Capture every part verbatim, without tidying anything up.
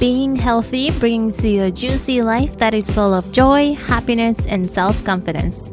Being healthy brings you a juicy life that is full of joy, happiness, and self-confidence.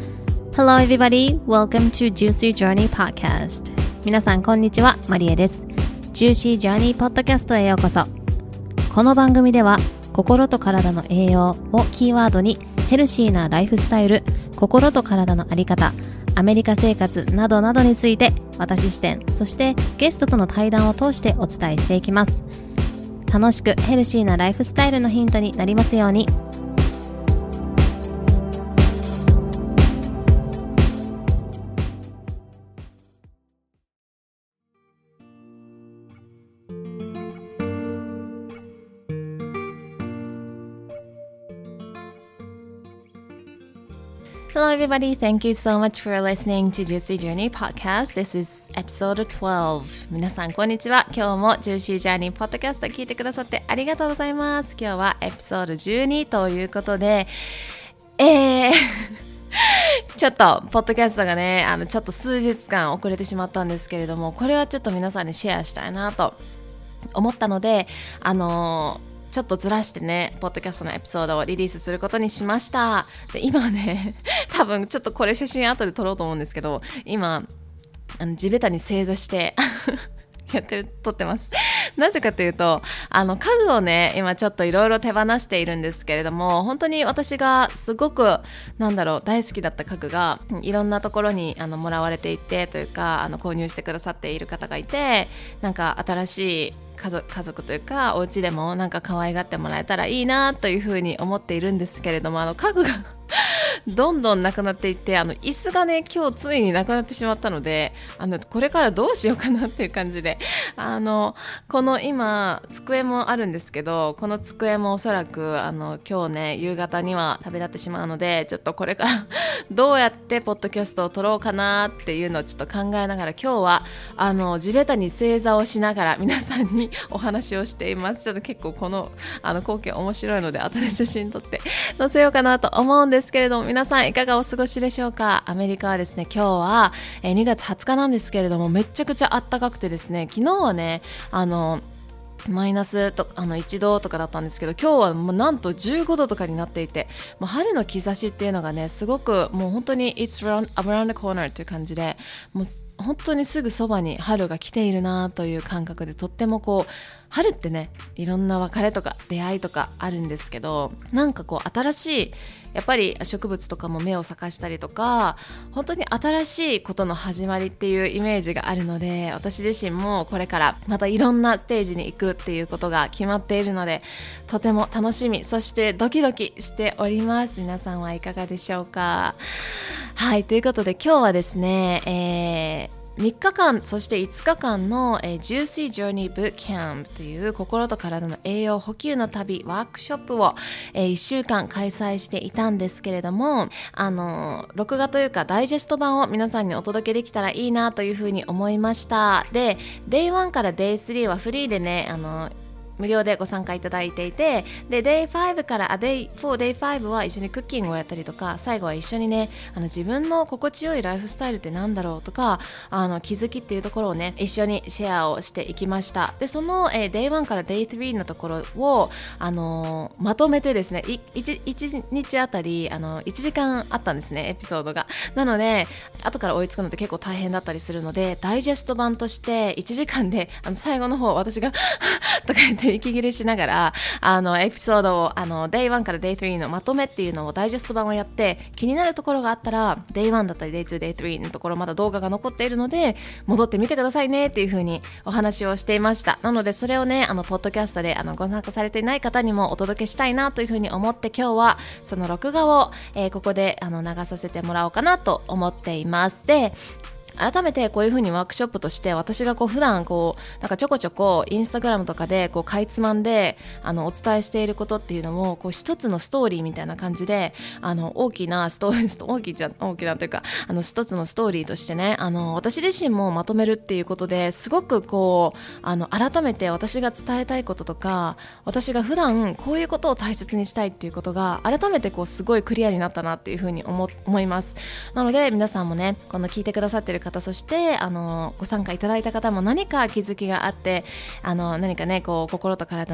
Hello everybody, welcome to Juicy Journey Podcast. 皆さんこんにちは、マリエです。Juicy Journey Podcast へようこそ。この番組では心と体の栄養をキーワードにヘルシーなライフスタイル、心と体のあり方、アメリカ生活などなどについて私視点、そしてゲストとの対談を通してお伝えしていきます。楽しくヘルシーなライフスタイルのヒントになりますように。Hello everybody, thank you so much for listening to Juicy Journey Podcast. This is episode twelve. 皆さんこんにちは。今日も Juicy Journey Podcast 聞いてくださってありがとうございます。今日はエピソードじゅうにということで、えーちょっとポッドキャストがね、あのちょっと数日間遅れてしまったんですけれども、これはちょっと皆さんにシェアしたいなと思ったので、あのーちょっとずらしてね、ポッドキャストのエピソードをリリースすることにしました。で、今ね、多分ちょっとこれ写真後で撮ろうと思うんですけど、今あの地べたに正座してやってる撮ってます。なぜかというと、あの家具をね、今ちょっといろいろ手放しているんですけれども、本当に私がすごくなんだろう大好きだった家具がいろんなところにあのもらわれていてというか、あの購入してくださっている方がいて、なんか新しい家族、家族というかお家でもなんか可愛がってもらえたらいいなというふうに思っているんですけれども、あの家具がどんどんなくなっていって、あの椅子がね今日ついになくなってしまったので、あのこれからどうしようかなっていう感じで、あのこの今机もあるんですけど、この机もおそらくあの今日ね夕方には旅立ってしまうので、ちょっとこれからどうやってポッドキャストを撮ろうかなっていうのをちょっと考えながら、今日はあの地べたに正座をしながら皆さんにお話をしています。ちょっと結構このあの光景面白いので後で写真撮って載せようかなと思うんですけれども、皆さんいかがお過ごしでしょうか。アメリカはですね、今日はにがつはつかなんですけれども、めちゃくちゃ暖かくてですね、昨日はねあのマイナスとあのいちどとかだったんですけど、今日はもうなんとじゅうごどとかになっていて、もう春の兆しっていうのがねすごくもう本当に It's around, around the corner という感じで、もう本当にすぐそばに春が来ているなという感覚で、とってもこう春ってねいろんな別れとか出会いとかあるんですけど、なんかこう新しいやっぱり植物とかも芽を咲かしたりとか、本当に新しいことの始まりっていうイメージがあるので、私自身もこれからまたいろんなステージに行くっていうことが決まっているので、とても楽しみ、そしてドキドキしております。皆さんはいかがでしょうか。はい、ということで今日はですね、えーみっかかんそしていつかかんの、えー、Juicy Journey Boot Camp という心と体の栄養補給の旅ワークショップを、えー、いっしゅうかん開催していたんですけれども、あのー、録画というかダイジェスト版を皆さんにお届けできたらいいなというふうに思いました。で デイワン から デイスリー はフリーでね、あのー無料でご参加いただいていて、で デイファイブ から デイフォー、デイファイブ は一緒にクッキングをやったりとか、最後は一緒にねあの自分の心地よいライフスタイルってなんだろうとか、あの気づきっていうところをね一緒にシェアをしていきました。でその、えー、デイワン から デイスリー のところを、あのー、まとめてですね いち, いちにちあたりあのいちじかんあったんですね、エピソードが。なので後から追いつくのって結構大変だったりするので、ダイジェスト版としていちじかんであの最後の方私がとか言って息切れしながらあのエピソードをあの デイワン から デイスリー のまとめっていうのをダイジェスト版をやって、気になるところがあったら デイワン だったり デイツー、デイスリー のところまだ動画が残っているので戻ってみてくださいねっていう風にお話をしていました。なのでそれをねあのポッドキャストであのご参加されていない方にもお届けしたいなという風に思って、今日はその録画を、えー、ここであの流させてもらおうかなと思っています。で改めてこういう風にワークショップとして私がこう普段こうなんかちょこちょこインスタグラムとかでこうかいつまんであのお伝えしていることっていうのもこう一つのストーリーみたいな感じで、あの大きなストーリー大きいじゃ大きなというかあの一つのストーリーとしてね、あの私自身もまとめるっていうことですごくこうあの改めて私が伝えたいこととか、私が普段こういうことを大切にしたいっていうことが改めてこうすごいクリアになったなっていうふうに 思, 思います。なので皆さんもねこの聞いてくださってる方、そしてあのご参加いただいた方も何か気づきがあって、あの何かねこう心と体の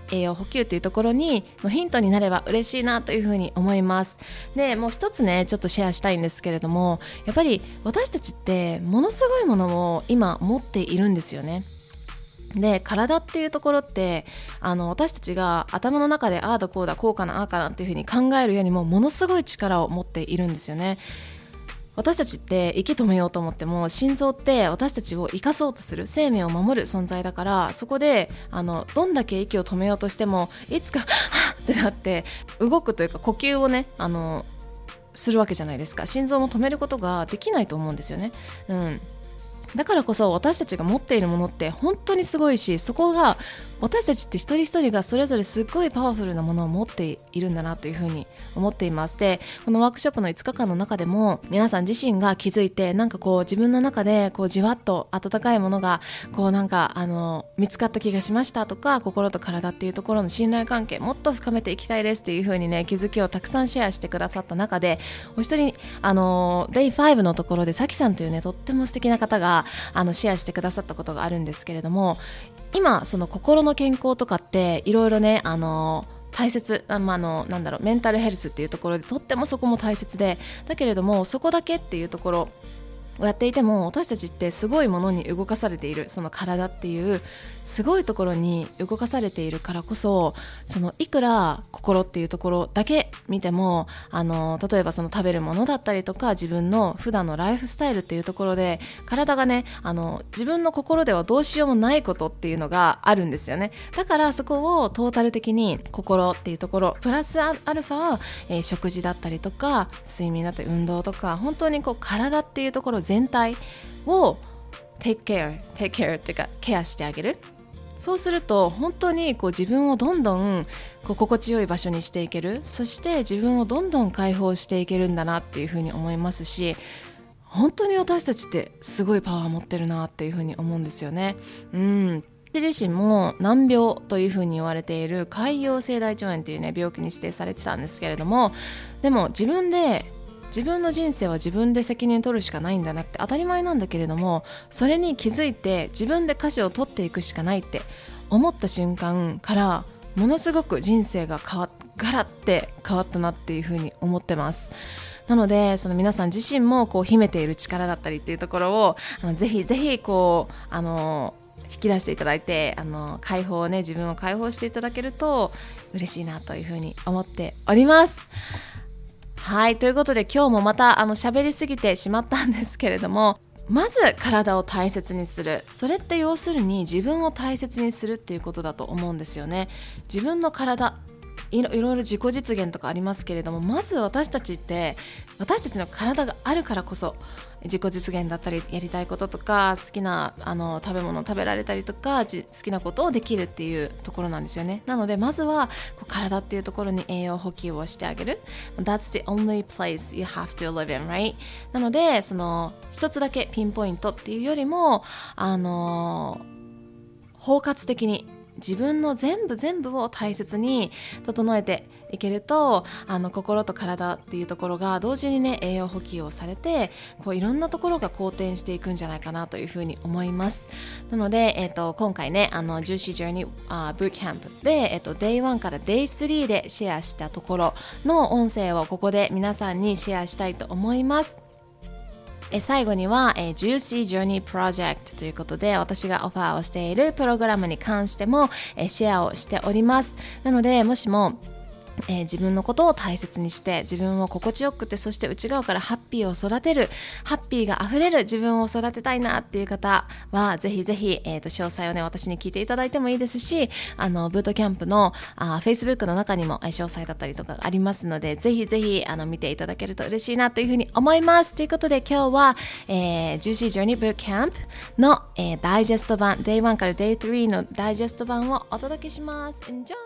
栄養補給っていうところにのヒントになれば嬉しいなというふうに思います。でもう一つねちょっとシェアしたいんですけれども、やっぱり私たちってものすごいものを今持っているんですよね。で体っていうところってあの私たちが頭の中でああだこうだこうかなああかなっていうふうに考えるよりもものすごい力を持っているんですよね。私たちって息止めようと思っても心臓って私たちを生かそうとする生命を守る存在だから、そこであのどんだけ息を止めようとしてもいつかはっってなって動くというか呼吸をねあのするわけじゃないですか。心臓も止めることができないと思うんですよね。うんだからこそ私たちが持っているものって本当にすごいし、そこが私たちって一人一人がそれぞれすっごいパワフルなものを持っているんだなというふうに思っています。でこのワークショップのいつかかんの中でも皆さん自身が気づいてなんかこう自分の中でこうじわっと温かいものがこうなんかあの見つかった気がしましたとか、心と体っていうところの信頼関係もっと深めていきたいですっていうふうにね気づきをたくさんシェアしてくださった中で、お一人あの デイファイブ のところでさきさんというねとっても素敵な方があのシェアしてくださったことがあるんですけれども、今その心の健康とかっていろいろねあの大切、あ、まあ、あのなんだろうメンタルヘルスっていうところでとってもそこも大切で、だけれどもそこだけっていうところをやっていても私たちってすごいものに動かされている、その体っていうすごいところに動かされているからこそ、そのいくら心っていうところだけ見てもあの例えばその食べるものだったりとか自分の普段のライフスタイルっていうところで体がねあの自分の心ではどうしようもないことっていうのがあるんですよね。だからそこをトータル的に心っていうところプラスアルファ、えー、食事だったりとか睡眠だったり運動とか本当にこう体っていうところ全体を take care take care っていうかケアしてあげる。そうすると本当にこう自分をどんどんこう心地よい場所にしていける、そして自分をどんどん解放していけるんだなっていうふうに思いますし、本当に私たちってすごいパワー持ってるなっていうふうに思うんですよね。うん私自身も難病というふうに言われている潰瘍性大腸炎という、ね、病気に指定されてたんですけれども、でも自分で自分の人生は自分で責任取るしかないんだなって当たり前なんだけれども、それに気づいて自分で舵を取っていくしかないって思った瞬間からものすごく人生が変わガラッて変わったなっていうふうに思ってます。なのでその皆さん自身もこう秘めている力だったりっていうところをあのぜひぜひこうあの引き出していただいてあの解放をね自分を解放していただけると嬉しいなというふうに思っております。はいということで今日もまたあの喋りすぎてしまったんですけれども、まず体を大切にする、それって要するに自分を大切にするっていうことだと思うんですよね。自分の体いろいろ自己実現とかありますけれども、まず私たちって私たちの体があるからこそ自己実現だったりやりたいこととか好きなあの食べ物を食べられたりとか好きなことをできるっていうところなんですよね。なのでまずはこう体っていうところに栄養補給をしてあげる。 That's the only place you have to live in, right? なのでその一つだけピンポイントっていうよりもあの包括的に自分の全部全部を大切に整えていけるとあの心と体っていうところが同時にね栄養補給をされてこういろんなところが好転していくんじゃないかなというふうに思います。なので、えー、と今回ねあの Juicy Journey、uh, Bootcamp で、えー、と デイワン から デイスリー でシェアしたところの音声をここで皆さんにシェアしたいと思います。え最後には、えー、Juicy Journey Project ということで私がオファーをしているプログラムに関しても、えー、シェアをしております。なのでもしもえー、自分のことを大切にして自分を心地よくてそして内側からハッピーを育てるハッピーがあふれる自分を育てたいなっていう方はぜひぜひ、えー、と詳細をね私に聞いていただいてもいいですしあのブートキャンプのあ Facebook の中にも、えー、詳細だったりとかありますのでぜひぜひあの見ていただけると嬉しいなというふうに思います。ということで今日は、えー、Juicy Journey Bootcamp の、えー、ダイジェスト版 デイワン から デイスリー のダイジェスト版をお届けします。 Enjoy!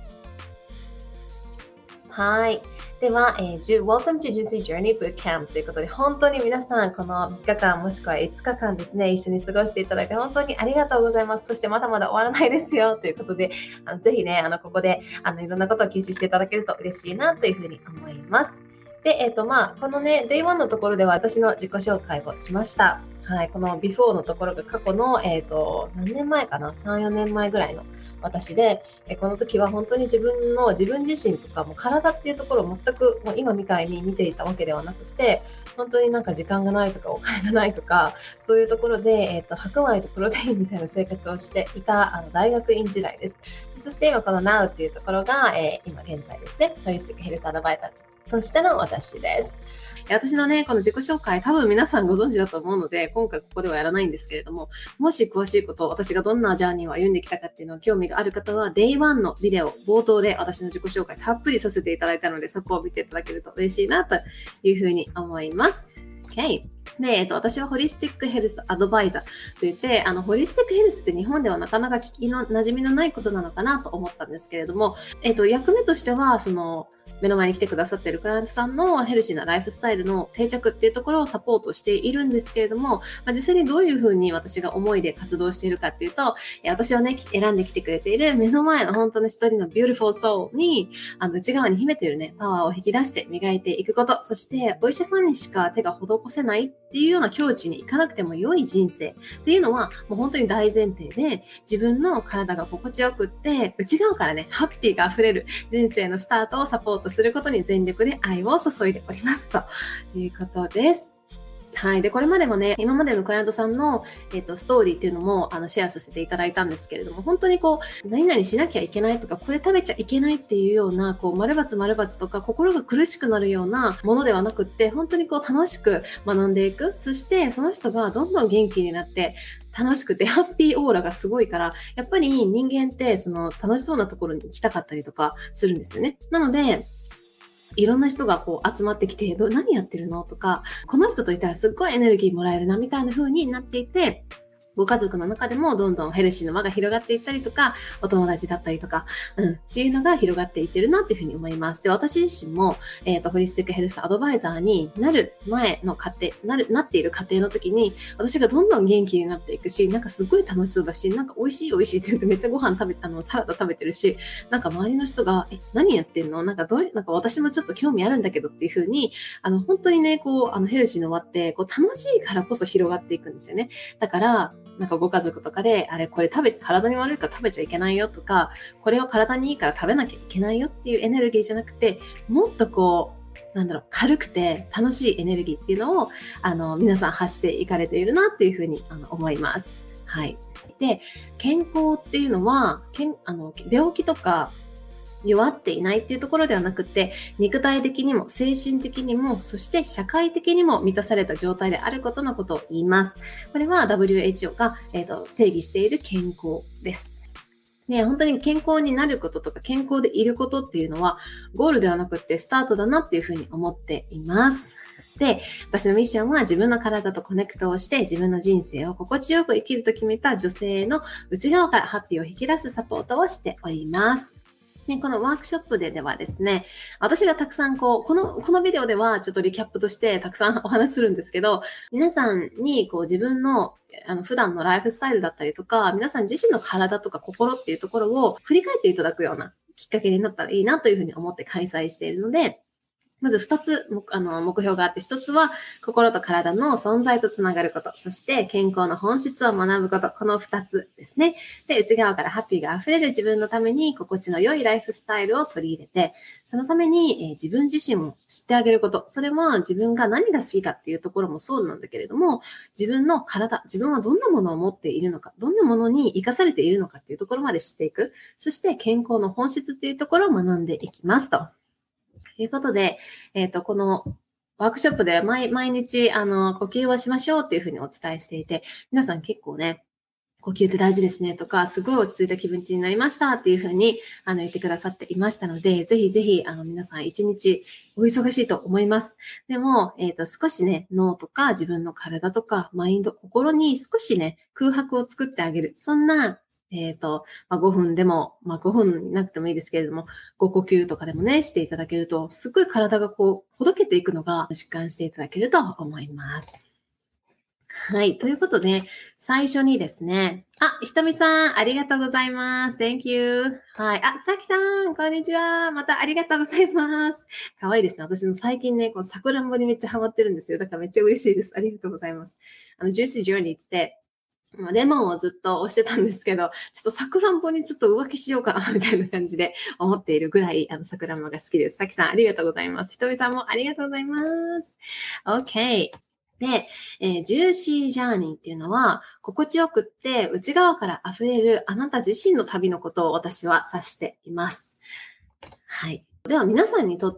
はい。では、えー、Welcome to Juicy Journey Bootcamp ということで、本当に皆さん、このみっかかんもしくはいつかかんですね、一緒に過ごしていただいて本当にありがとうございます。そしてまだまだ終わらないですよということで、あのぜひね、あのここであのいろんなことを吸収していただけると嬉しいなというふうに思います。で、えっ、ー、と、まあ、このね、デイワン のところでは私の自己紹介をしました。 はい、このビフォーのところが過去の、えっと、何年前かな ?さん、よねんまえぐらいの私で、えこの時は本当に自分の、自分自身とかも体っていうところを全くもう今みたいに見ていたわけではなくて、本当になんか時間がないとかお金がないとか、そういうところで、えっと、白米とプロテインみたいな生活をしていたあの大学院時代です。そして今この Now っていうところが、えー、今現在ですね、ホリスティックヘルスアドバイザーとしての私です。私のね、この自己紹介、多分皆さんご存知だと思うので、今回ここではやらないんですけれども、もし詳しいこと、私がどんなジャーニーを歩んできたかっていうのを興味がある方は、デイワンのビデオ、冒頭で私の自己紹介たっぷりさせていただいたので、そこを見ていただけると嬉しいなというふうに思います。OK。で、えっと、私はホリスティックヘルスアドバイザーといって、あの、ホリスティックヘルスって日本ではなかなか聞きの馴染みのないことなのかなと思ったんですけれども、えっと、役目としては、その、目の前に来てくださっているクライアントさんのヘルシーなライフスタイルの定着っていうところをサポートしているんですけれども、まあ、実際にどういうふうに私が思いで活動しているかっていうと、私をね、選んできてくれている目の前の本当の一人のビューティフォーソウルに、あの、内側に秘めているね、パワーを引き出して磨いていくこと、そしてお医者さんにしか手が施せないっていうような境地に行かなくても良い人生っていうのは、もう本当に大前提で、自分の体が心地よくって、内側からね、ハッピーが溢れる人生のスタートをサポートすることに全力で愛を注いでおりますということです。はい。で、これまでもね、今までのクライアントさんの、えっと、ストーリーっていうのも、あの、シェアさせていただいたんですけれども、本当にこう、何々しなきゃいけないとか、これ食べちゃいけないっていうような、こう、丸抜丸抜とか、心が苦しくなるようなものではなくって、本当にこう、楽しく学んでいく。そして、その人がどんどん元気になって、楽しくて、ハッピーオーラがすごいから、やっぱり人間って、その、楽しそうなところに行きたかったりとかするんですよね。なので、いろんな人がこう集まってきて、ど何やってるのとか、この人といたらすっごいエネルギーもらえるな、みたいな風になっていて、ご家族の中でもどんどんヘルシーの輪が広がっていったりとか、お友達だったりとか、うん、っていうのが広がっていってるなっていうふうに思います。で、私自身も、えっと、ホリスティックヘルスアドバイザーになる前の過程、なる、なっている過程の時に、私がどんどん元気になっていくし、なんかすごい楽しそうだし、なんか美味しい美味しいって言ってめっちゃご飯食べ、あの、サラダ食べてるし、なんか周りの人が、え、何やってんのなんかどういう、なんか私もちょっと興味あるんだけどっていうふうに、あの、本当にね、こう、あの、ヘルシーの輪って、こう、楽しいからこそ広がっていくんですよね。だから、なんかご家族とかで、あれこれ食べて体に悪いから食べちゃいけないよとか、これを体にいいから食べなきゃいけないよっていうエネルギーじゃなくて、もっとこう、なんだろう、軽くて楽しいエネルギーっていうのを、あの、皆さん発していかれているなっていうふうにあの思います。はい。で、健康っていうのは、けんあの病気とか、弱っていないっていうところではなくて、肉体的にも精神的にも、そして社会的にも満たされた状態であることのことを言います。これは ダブリューエイチオー が、えーと、定義している健康です。ね、本当に健康になることとか健康でいることっていうのはゴールではなくってスタートだなっていうふうに思っています。で、私のミッションは自分の体とコネクトをして自分の人生を心地よく生きると決めた女性の内側からハッピーを引き出すサポートをしております。ね、このワークショップでではですね、私がたくさんこう、この、このビデオではちょっとリキャップとしてたくさんお話しするんですけど、皆さんにこう自分のあの普段のライフスタイルだったりとか、皆さん自身の体とか心っていうところを振り返っていただくようなきっかけになったらいいなというふうに思って開催しているので、まず二つ、あの、目標があって、一つは心と体の存在とつながること、そして健康の本質を学ぶこと、この二つですね。で、内側からハッピーが溢れる自分のために心地の良いライフスタイルを取り入れて、そのために、えー、自分自身も知ってあげること、それも自分が何が好きかっていうところもそうなんだけれども、自分の体、自分はどんなものを持っているのか、どんなものに生かされているのかっていうところまで知っていく。そして健康の本質っていうところを学んでいきますと。ということで、えっと、このワークショップで毎、毎日、あの、呼吸をしましょうっていうふうにお伝えしていて、皆さん結構ね、呼吸って大事ですねとか、すごい落ち着いた気持ちになりましたっていうふうに、あの、言ってくださっていましたので、ぜひぜひ、あの、皆さん一日お忙しいと思います。でも、えっと、少しね、脳とか自分の体とか、マインド、心に少しね、空白を作ってあげる。そんな、えっと、まあ、ごふんでも、まあ、ごふんになくてもいいですけれども、ご呼吸とかでもね、していただけると、すっごい体がこう、ほどけていくのが実感していただけると思います。 はい。ということで、最初にですね、あ、ひとみさん、ありがとうございます。Thank you. はい。あ、さきさん、こんにちは。またありがとうございます。かわいいですね。私も最近ね、このさくらんぼにめっちゃハマってるんですよ。だからめっちゃ嬉しいです。ありがとうございます。あの、Juicy Journey って、まあレモンをずっと押してたんですけど、ちょっとさくらんぼにちょっと浮気しようかな、みたいな感じで思っているぐらい、あの、さくらんぼが好きです。さきさん、ありがとうございます。ひとみさんもありがとうございます。OK。で、えージューシージャーニーっていうのは、心地よくって内側から溢れるあなた自身の旅のことを私は指しています。はい。では皆さんにとって、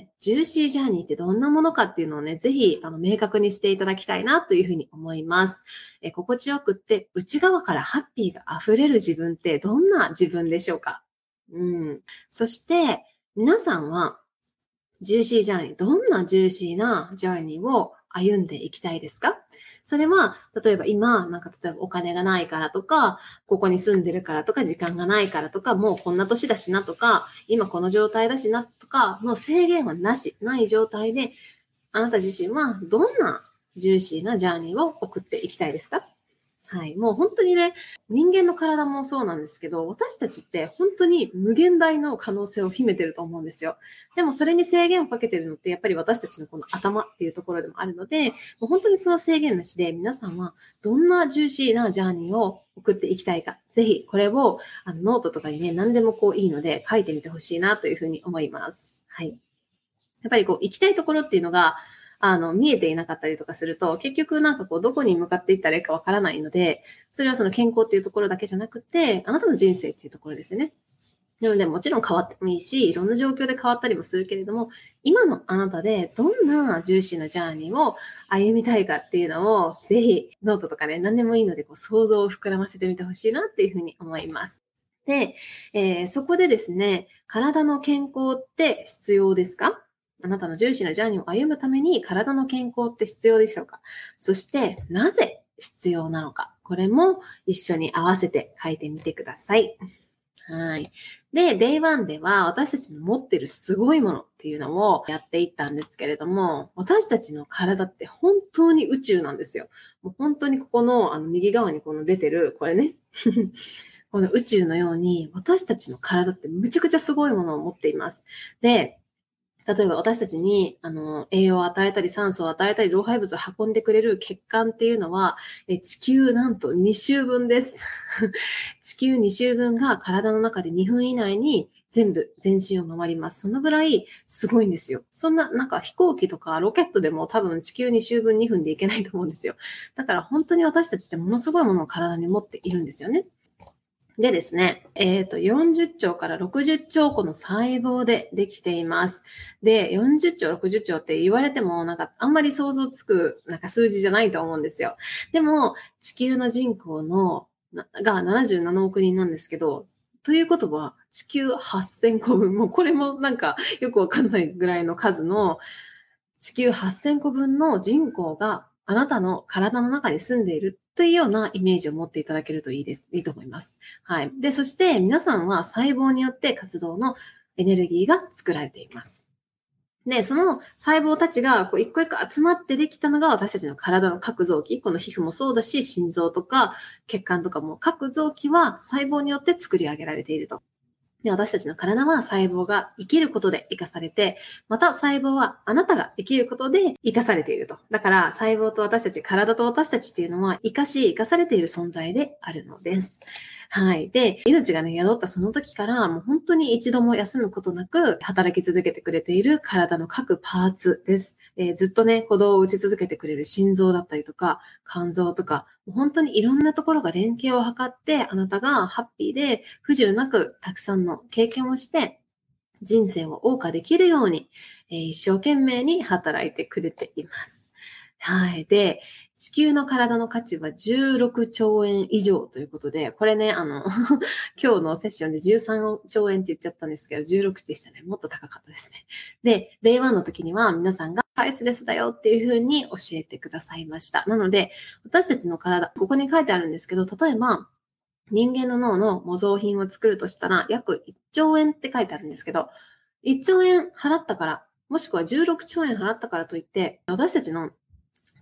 ジューシージャーニーってどんなものかっていうのをね、ぜひ、あの、明確にしていただきたいなというふうに思います。えー心地よくって内側からハッピーが溢れる自分ってどんな自分でしょうか？うん。そして、皆さんは、ジューシージャーニー、どんなジューシーなジャーニーを歩んでいきたいですか？それは、例えば今、なんか例えばお金がないからとか、ここに住んでるからとか、時間がないからとか、もうこんな年だしなとか、今この状態だしなとか、もう制限はなし、ない状態で、あなた自身はどんなジューシーなジャーニーを送っていきたいですか？はい。もう本当にね、人間の体もそうなんですけど、私たちって本当に無限大の可能性を秘めてると思うんですよ。でもそれに制限をかけてるのってやっぱり私たちのこの頭っていうところでもあるので、もう本当にその制限なしで皆さんはどんなジューシーなジャーニーを送っていきたいか、ぜひこれをあのノートとかにね、何でもこういいので書いてみてほしいなというふうに思います。はい。やっぱりこう行きたいところっていうのが、あの、見えていなかったりとかすると、結局なんかこう、どこに向かっていったらいいかわからないので、それはその健康っていうところだけじゃなくて、あなたの人生っていうところですよね。なので、もちろん変わってもいいし、いろんな状況で変わったりもするけれども、今のあなたでどんなジューシーなジャーニーを歩みたいかっていうのを、ぜひノートとかね、何でもいいので、こう想像を膨らませてみてほしいなっていうふうに思います。で、えーそこでですね、体の健康って必要ですか？あなたのジューシーなジャーニーを歩むために体の健康って必要でしょうか？そして、なぜ必要なのか？これも一緒に合わせて書いてみてください。はい。で、デイワンでは私たちの持ってるすごいものっていうのをやっていったんですけれども、私たちの体って本当に宇宙なんですよ。もう本当にここのあの右側にこの出てる、これね。この宇宙のように私たちの体ってめちゃくちゃすごいものを持っています。で、例えば私たちに、あの、栄養を与えたり酸素を与えたり老廃物を運んでくれる血管っていうのは、え地球なんとに周分です。地球に周分が体の中でにふん以内に全部全身を回ります。そのぐらいすごいんですよ。そんな、なんか飛行機とかロケットでも多分地球に周分にふんでいけないと思うんですよ。だから本当に私たちってものすごいものを体に持っているんですよね。でですね、えっと、よんじゅっちょうからろくじゅっちょう個の細胞でできています。で、よんじゅっちょう、ろくじゅっちょうって言われても、なんかあんまり想像つく、なんか数字じゃないと思うんですよ。でも、地球の人口の、ながななじゅうななおく人なんですけど、ということは、地球はっせんこぶん、もうこれもなんかよくわかんないぐらいの数の地球はっせんこぶんの人口があなたの体の中に住んでいるというようなイメージを持っていただけるといいです。いいと思います。はい。で、そして皆さんは細胞によって活動のエネルギーが作られています。で、その細胞たちがこう一個一個集まってできたのが私たちの体の各臓器。この皮膚もそうだし、心臓とか血管とかも各臓器は細胞によって作り上げられていると。で、私たちの体は細胞が生きることで生かされて、また細胞はあなたが生きることで生かされていると。だから細胞と私たち、体と私たちっていうのは生かし生かされている存在であるのです。はい。で、命がね、宿ったその時から、もう本当に一度も休むことなく働き続けてくれている体の各パーツです。えーずっとね、鼓動を打ち続けてくれる心臓だったりとか、肝臓とか、本当にいろんなところが連携を図って、あなたがハッピーで不自由なくたくさんの経験をして、人生を謳歌できるように、えー一生懸命に働いてくれています。はい。で、地球の体の価値はじゅうろくちょうえん以上ということで、これね、あの、今日のセッションでじゅうさんちょうえんって言っちゃったんですけど、じゅうろくでしたね。もっと高かったですね。で、デイワンの時には皆さんがプライスレスだよっていうふうに教えてくださいました。なので、私たちの体、ここに書いてあるんですけど、例えば、人間の脳の模造品を作るとしたら、約いっちょうえんって書いてあるんですけど、いっちょうえん払ったから、もしくはじゅうろくちょうえん払ったからといって、私たちの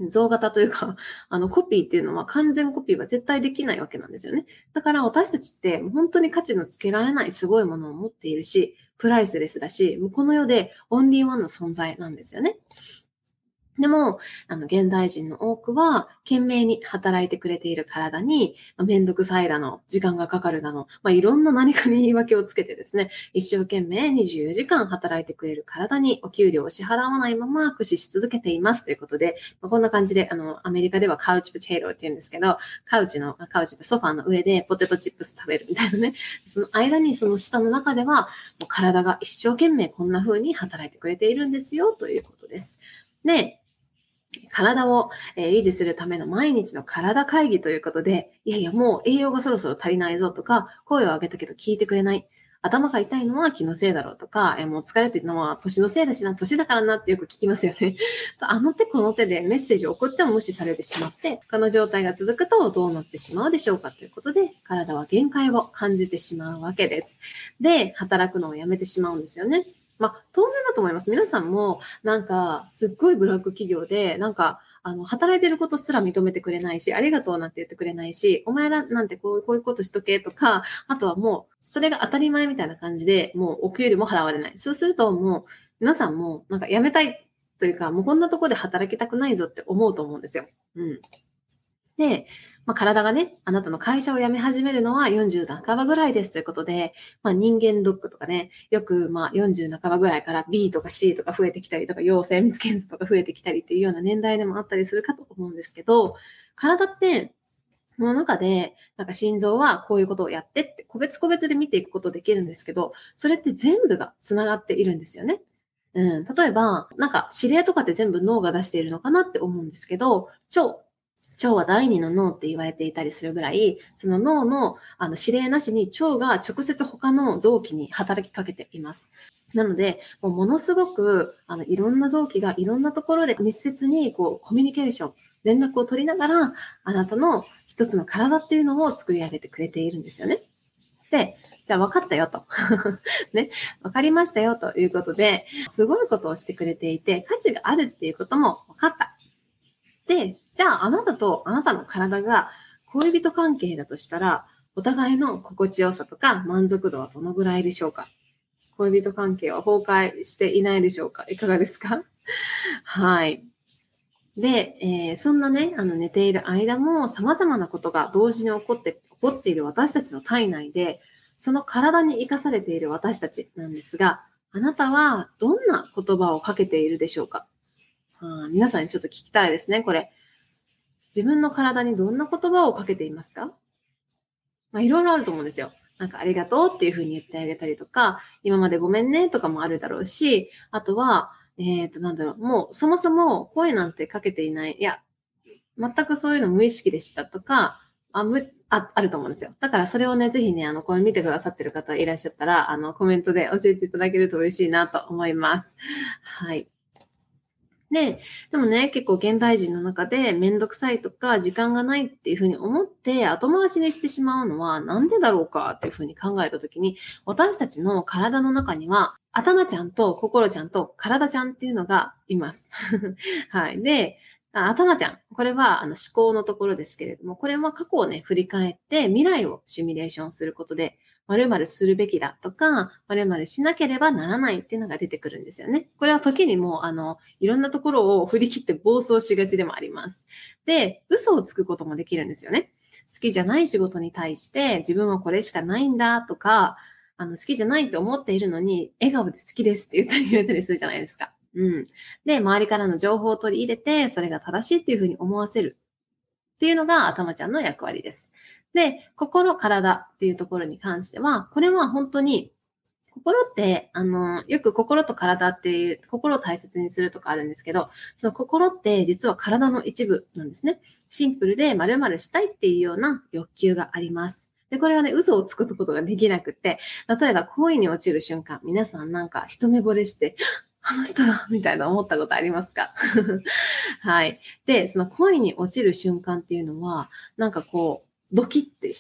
像型というか、あの、コピーっていうのは完全コピーは絶対できないわけなんですよね。だから私たちって本当に価値のつけられないすごいものを持っているし、プライスレスだし、もうこの世でオンリーワンの存在なんですよね。でも、あの、現代人の多くは、懸命に働いてくれている体に、まあ、めんどくさいだの、時間がかかるだの、まあ、いろんな何かに言い訳をつけてですね、一生懸命にじゅうよじかん働いてくれる体にお給料を支払わないまま駆使し続けていますということで、まあ、こんな感じで、あの、アメリカではカウチポテトって言うんですけど、カウチの、カウチってソファーの上でポテトチップス食べるみたいなね、その間にその下の中では、もう体が一生懸命こんな風に働いてくれているんですよということです。で、体を維持するための毎日の体会議ということで、いやいやもう栄養がそろそろ足りないぞとか、声を上げたけど聞いてくれない。頭が痛いのは気のせいだろうとか、もう疲れてるのは年のせいだしな、年だからなってよく聞きますよね。あの手この手でメッセージを送っても無視されてしまって、この状態が続くとどうなってしまうでしょうかということで、体は限界を感じてしまうわけです。で、働くのをやめてしまうんですよね。まあ、当然だと思います。皆さんも、なんか、すっごいブラック企業で、なんか、あの、働いてることすら認めてくれないし、ありがとうなんて言ってくれないし、お前らなんてこうこういうことしとけとか、あとはもう、それが当たり前みたいな感じで、もうお給料も払われない。そうすると、もう、皆さんも、なんか辞めたいというか、もうこんなとこで働きたくないぞって思うと思うんですよ。うん。で、まあ、体がね、あなたの会社を辞め始めるのはよんじゅう半ばぐらいですということで、まあ、人間ドックとかね、よくまあよんじゅう半ばぐらいから ビー とか シー とか増えてきたりとか、陽性密検査とか増えてきたりっていうような年代でもあったりするかと思うんですけど、体って、その中で、なんか心臓はこういうことをやってって、個別個別で見ていくことできるんですけど、それって全部が繋がっているんですよね。うん、例えば、なんか指令とかって全部脳が出しているのかなって思うんですけど、腸、腸は第二の脳って言われていたりするぐらい、その脳のあの指令なしに腸が直接他の臓器に働きかけています。なので、もうものすごくあのいろんな臓器がいろんなところで密接にこうコミュニケーション、連絡を取りながら、あなたの一つの体っていうのを作り上げてくれているんですよね。で、じゃあ分かったよと。ね、分かりましたよということで、すごいことをしてくれていて、価値があるっていうことも分かった。で、じゃああなたとあなたの体が恋人関係だとしたら、お互いの心地よさとか満足度はどのぐらいでしょうか？恋人関係は崩壊していないでしょうか？いかがですか？はい。で、えー、そんなね、あの寝ている間も様々なことが同時に起こって、起こっている私たちの体内で、その体に生かされている私たちなんですが、あなたはどんな言葉をかけているでしょうか？あ、皆さんにちょっと聞きたいですね、これ。自分の体にどんな言葉をかけていますか？まあ、いろいろあると思うんですよ。なんかありがとうっていう風に言ってあげたりとか、今までごめんねとかもあるだろうし、あとは、えっと、なんだろう、もうそもそも声なんてかけていない。いや、全くそういうの無意識でしたとか、あ、む、あ、あると思うんですよ。だからそれをね、ぜひね、あの、これ見てくださってる方いらっしゃったら、あの、コメントで教えていただけると嬉しいなと思います。はい。で、でもね、結構現代人の中でめんどくさいとか時間がないっていうふうに思って後回しにしてしまうのはなんでだろうかっていうふうに考えたときに、私たちの体の中には頭ちゃんと心ちゃんと体ちゃんっていうのがいます。はい。で、頭ちゃん。これはあの思考のところですけれども、これは過去をね、振り返って未来をシミュレーションすることで、〇〇するべきだとか、〇〇しなければならないっていうのが出てくるんですよね。これは時にもう、あの、いろんなところを振り切って暴走しがちでもあります。で、嘘をつくこともできるんですよね。好きじゃない仕事に対して自分はこれしかないんだとか、あの、好きじゃないと思っているのに、笑顔で好きですって言ったり言われたりするじゃないですか。うん。で、周りからの情報を取り入れて、それが正しいっていうふうに思わせるっていうのが頭ちゃんの役割です。で、心、体っていうところに関しては、これは本当に、心って、あの、よく心と体っていう、心を大切にするとかあるんですけど、その心って実は体の一部なんですね。シンプルで〇〇したいっていうような欲求があります。で、これはね、嘘をつくことができなくて、例えば恋に落ちる瞬間、皆さんなんか一目惚れして、あの人だみたいな思ったことありますか？はい。で、その恋に落ちる瞬間っていうのは、なんかこう、ドキッてし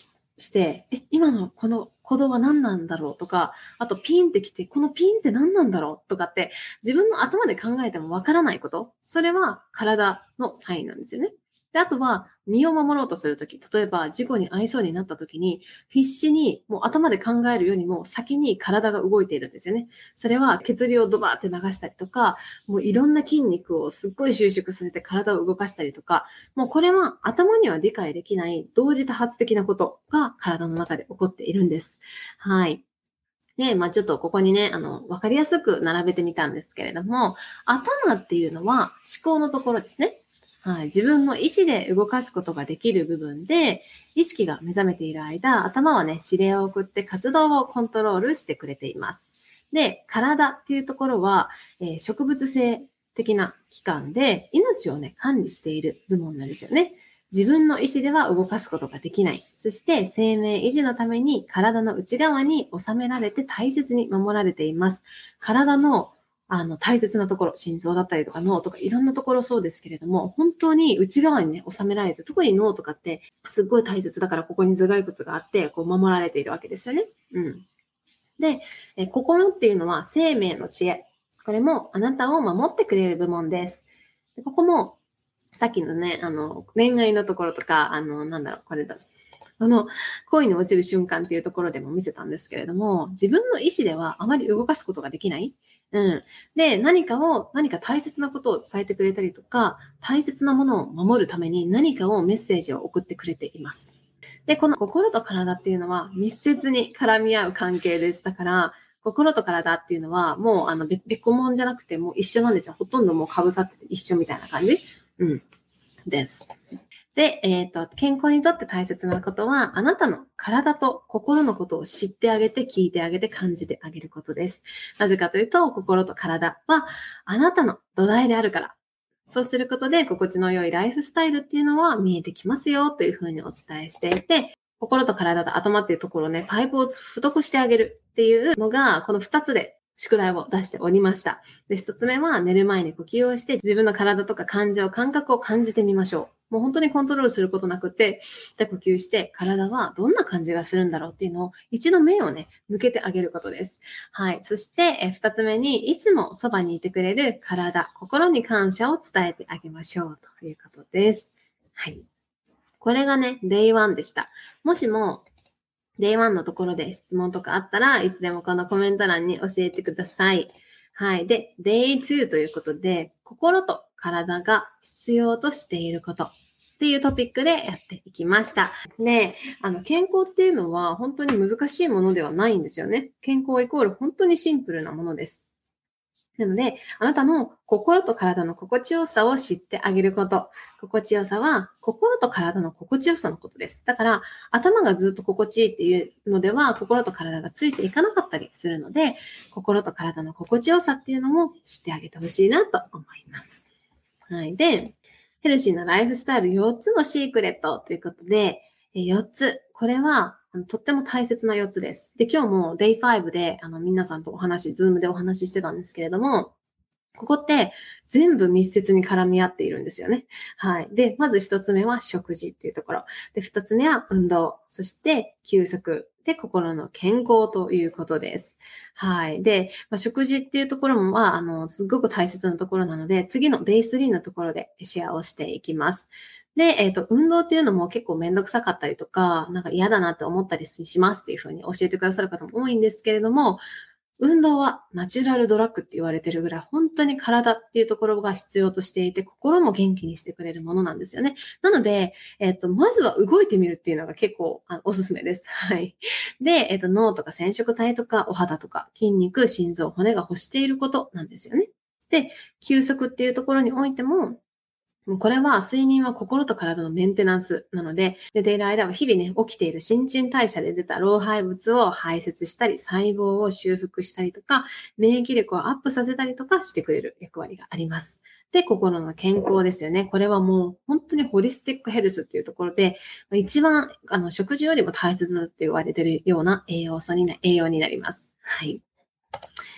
して、え、今のこの鼓動は何なんだろうとか、あとピンってきて、このピンって何なんだろうとかって、自分の頭で考えてもわからないこと、それは体のサインなんですよね。で、あとは、身を守ろうとするとき、例えば事故に遭いそうになったときに、必死にもう頭で考えるよりも先に体が動いているんですよね。それは血流をドバーって流したりとか、もういろんな筋肉をすっごい収縮させて体を動かしたりとか、もうこれは頭には理解できない同時多発的なことが体の中で起こっているんです。はい。で、まあちょっとここにね、あの、わかりやすく並べてみたんですけれども、頭っていうのは思考のところですね。はい。自分の意思で動かすことができる部分で、意識が目覚めている間、頭はね、指令を送って活動をコントロールしてくれています。で、体っていうところは、えー植物性的な器官で、命をね、管理している部門なんですよね。自分の意思では動かすことができない。そして生命維持のために体の内側に収められて大切に守られています。体のあの大切なところ、心臓だったりとか脳とかいろんなところそうですけれども、本当に内側にね、収められて、特に脳とかってすっごい大切だからここに頭蓋骨があって、こう守られているわけですよね。うん。で、え心っていうのは生命の知恵。これもあなたを守ってくれる部門です。でここもさっきのね、あの、恋愛のところとか、あの、なんだろう、これだ。この、恋に落ちる瞬間っていうところでも見せたんですけれども、自分の意思ではあまり動かすことができない。うん。で、何かを、何か大切なことを伝えてくれたりとか、大切なものを守るために何かをメッセージを送ってくれています。で、この心と体っていうのは密接に絡み合う関係です。だから、心と体っていうのはもうあの別個もんじゃなくてもう一緒なんですよ。ほとんどもう被さってて一緒みたいな感じ。うん。です。で、えっと、健康にとって大切なことは、あなたの体と心のことを知ってあげて、聞いてあげて、感じてあげることです。なぜかというと、心と体はあなたの土台であるから。そうすることで、心地の良いライフスタイルっていうのは見えてきますよ、というふうにお伝えしていて、心と体と頭っていうところをね、パイプを太くしてあげるっていうのが、この二つで宿題を出しておりました。で、一つ目は寝る前に呼吸をして自分の体とか感情、感覚を感じてみましょう。もう本当にコントロールすることなくて、で呼吸して体はどんな感じがするんだろうっていうのを一度目をね、向けてあげることです。はい。そして、え二つ目に、いつもそばにいてくれる体、心に感謝を伝えてあげましょうということです。はい。これがね、デイワンでした。もしも、デイワンのところで質問とかあったらいつでもこのコメント欄に教えてください。はい。で、デイツーということで、心と体が必要としていることっていうトピックでやっていきました。で、あの、健康っていうのは本当に難しいものではないんですよね。健康イコール本当にシンプルなものです。なので、あなたの心と体の心地よさを知ってあげること。心地よさは、心と体の心地よさのことです。だから、頭がずっと心地いいっていうのでは、心と体がついていかなかったりするので、心と体の心地よさっていうのも知ってあげてほしいなと思います。はい。で、ヘルシーなライフスタイルよっつのシークレットということで、よっつ。これは、とっても大切なよっつです。で、今日も デイファイブ で、あの、皆さんとお話、ズームでお話ししてたんですけれども、ここって全部密接に絡み合っているんですよね。はい。で、まず一つ目は食事っていうところ。で、二つ目は運動。そして休息。で、心の健康ということです。はい。で、まあ、食事っていうところも、まあ、あの、すごく大切なところなので、次の デイスリー のところでシェアをしていきます。で、えっと、運動っていうのも結構めんどくさかったりとか、なんか嫌だなって思ったりしますっていうふうに教えてくださる方も多いんですけれども、運動はナチュラルドラッグって言われてるぐらい、本当に体っていうところが必要としていて、心も元気にしてくれるものなんですよね。なので、えっと、まずは動いてみるっていうのが結構あおすすめです。はい。で、えっと、脳とか染色体とかお肌とか筋肉、心臓、骨が欲していることなんですよね。で、休息っていうところにおいても、これは睡眠は心と体のメンテナンスなので、寝ている間は日々ね、起きている新陳代謝で出た老廃物を排泄したり、細胞を修復したりとか、免疫力をアップさせたりとかしてくれる役割があります。で、心の健康ですよね。これはもう本当にホリスティックヘルスっていうところで、一番あの食事よりも大切だって言われているような栄養素にな、栄養になります。はい。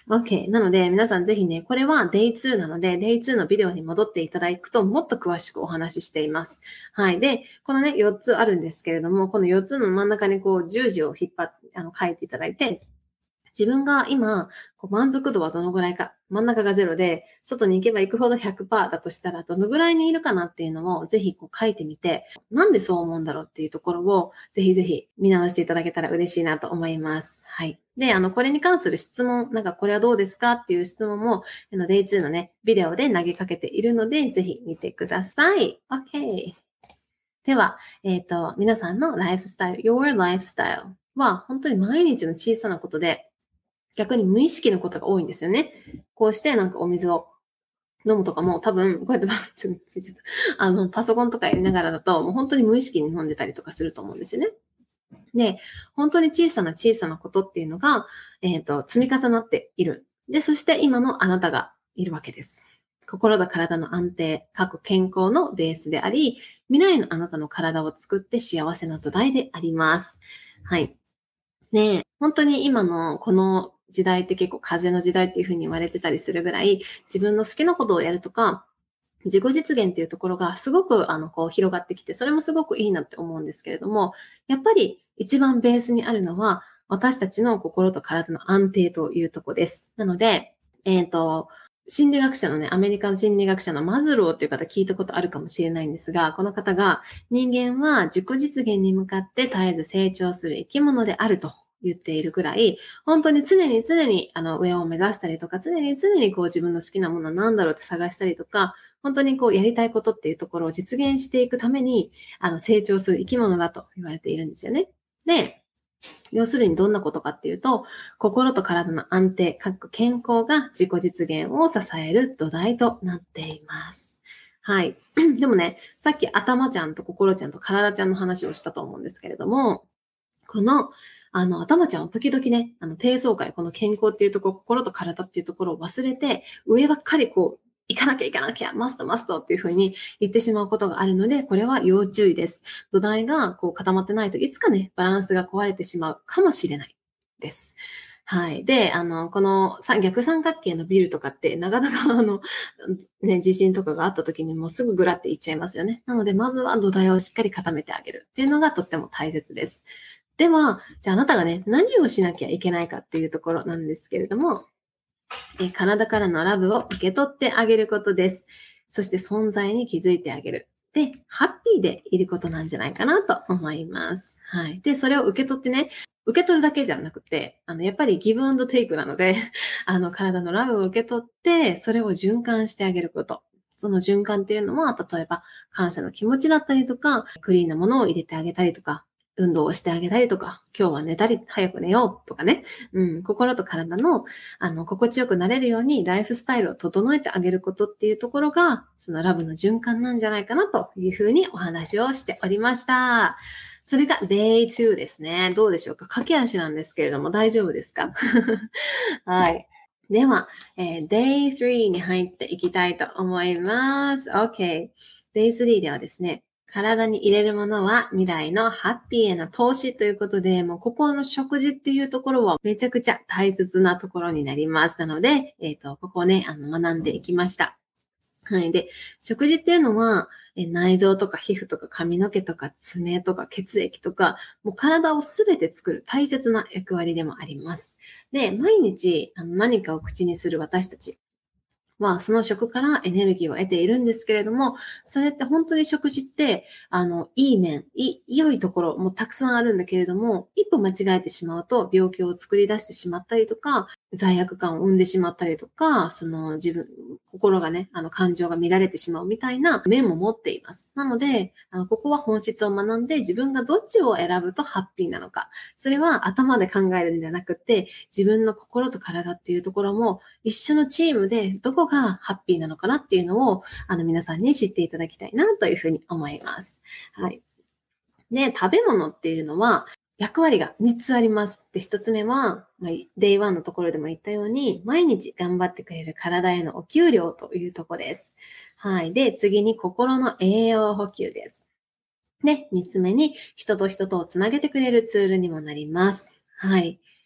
OK。なので、皆さんぜひね、これは デイツー なので、デイツー のビデオに戻っていただくと、もっと詳しくお話ししています。はい。で、このね、よっつあるんですけれども、このよっつの真ん中にこう、十字を引っ張って、あの、書いていただいて、自分が今、こう満足度はどのぐらいか、真ん中がゼロで、外に行けば行くほど ひゃくパーセント だとしたら、どのぐらいにいるかなっていうのをぜひこう書いてみて、なんでそう思うんだろうっていうところを、ぜひぜひ見直していただけたら嬉しいなと思います。はい。で、あの、これに関する質問、なんかこれはどうですかっていう質問も、あの、デイツー のね、ビデオで投げかけているので、ぜひ見てください。OK。では、えっと、皆さんのライフスタイル、your lifestyle は本当に毎日の小さなことで、逆に無意識のことが多いんですよね。こうしてなんかお水を飲むとかも多分、こうやってちょっとついちゃった。あの、パソコンとかやりながらだと、もう本当に無意識に飲んでたりとかすると思うんですよね。で、本当に小さな小さなことっていうのが、えっと、積み重なっている。で、そして今のあなたがいるわけです。心と体の安定、各健康のベースであり、未来のあなたの体を作って幸せな土台であります。はい。ねえ、本当に今のこの時代って結構風の時代っていう風に言われてたりするぐらい、自分の好きなことをやるとか、自己実現っていうところがすごくあのこう広がってきて、それもすごくいいなって思うんですけれども、やっぱり一番ベースにあるのは、私たちの心と体の安定というところです。なので、えっと、心理学者のね、アメリカの心理学者のマズローという方聞いたことあるかもしれないんですが、この方が人間は自己実現に向かって絶えず成長する生き物であると言っているぐらい、本当に常に常にあの上を目指したりとか、常に常にこう自分の好きなものは何だろうって探したりとか、本当にこうやりたいことっていうところを実現していくために、あの成長する生き物だと言われているんですよね。で、要するにどんなことかっていうと、心と体の安定、各健康が自己実現を支える土台となっています。はい。でもね、さっき頭ちゃんと心ちゃんと体ちゃんの話をしたと思うんですけれども、この、あの、頭ちゃんは時々ね、あの、低層階、この健康っていうところ、心と体っていうところを忘れて、上ばっかりこう、行かなきゃ行かなきゃ、マストマストっていう風に言ってしまうことがあるので、これは要注意です。土台がこう固まってないといつかね、バランスが壊れてしまうかもしれないです。はい。で、あの、この逆三角形のビルとかって、なかなかあの、ね、地震とかがあった時にもうすぐぐらっていっちゃいますよね。なので、まずは土台をしっかり固めてあげるっていうのがとっても大切です。では、じゃああなたがね、何をしなきゃいけないかっていうところなんですけれども、え体からのラブを受け取ってあげることです。そして存在に気づいてあげる。で、ハッピーでいることなんじゃないかなと思います。はい。で、それを受け取ってね、受け取るだけじゃなくて、あの、やっぱりギブアンドテイクなので、あの、体のラブを受け取って、それを循環してあげること。その循環っていうのは、例えば、感謝の気持ちだったりとか、クリーンなものを入れてあげたりとか、運動をしてあげたりとか、今日は寝たり、早く寝ようとかね、うん、心と体の、あの、心地よくなれるようにライフスタイルを整えてあげることっていうところが、そのラブの循環なんじゃないかなというふうにお話をしておりました。それが デイツー ですね。どうでしょうか？駆け足なんですけれども大丈夫ですか？はい。では、えー、デイスリー に入っていきたいと思います。OK。デイスリー ではですね、体に入れるものは未来のハッピーへの投資ということで、もうここの食事っていうところはめちゃくちゃ大切なところになります。なので、えっと、ここをね、あの、学んでいきました。はい。で、食事っていうのは、え内臓とか皮膚とか髪の毛とか爪とか血液とか、もう体をすべて作る大切な役割でもあります。で、毎日あの何かを口にする私たちは、その食からエネルギーを得ているんですけれども、それって本当に食事って、あの、いい面、いい、良いところもたくさんあるんだけれども、一歩間違えてしまうと病気を作り出してしまったりとか、罪悪感を生んでしまったりとか、その自分、心がね、あの感情が乱れてしまうみたいな面も持っています。なので、あのここは本質を学んで自分がどっちを選ぶとハッピーなのか。それは頭で考えるんじゃなくて、自分の心と体っていうところも一緒のチームでどこがハッピーなのかなっていうのを、あの皆さんに知っていただきたいなというふうに思います。はい。で、食べ物っていうのは、役割がみっつあります。で、ひとつめは、まあ、デイワンのところでも言ったように、毎日頑張ってくれる体へのお給料というところです。はい。で、次に心の栄養補給です。で、みっつめに人と人とをつなげてくれるツールにもなります。はい。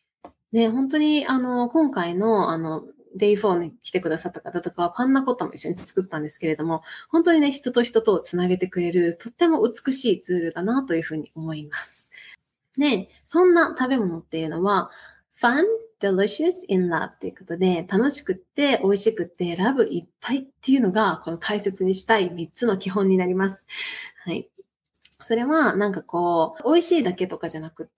ね、本当に、あの、今回の、あの、デイフォーに来てくださった方とかはパンナコッタも一緒に作ったんですけれども、本当にね、人と人とをつなげてくれる、とっても美しいツールだなというふうに思います。で、そんな食べ物っていうのは、fun, delicious, in love ということで、楽しくって、美味しくって、ラブいっぱいっていうのが、この大切にしたいみっつの基本になります。はい。それは、なんかこう、美味しいだけとかじゃなくって、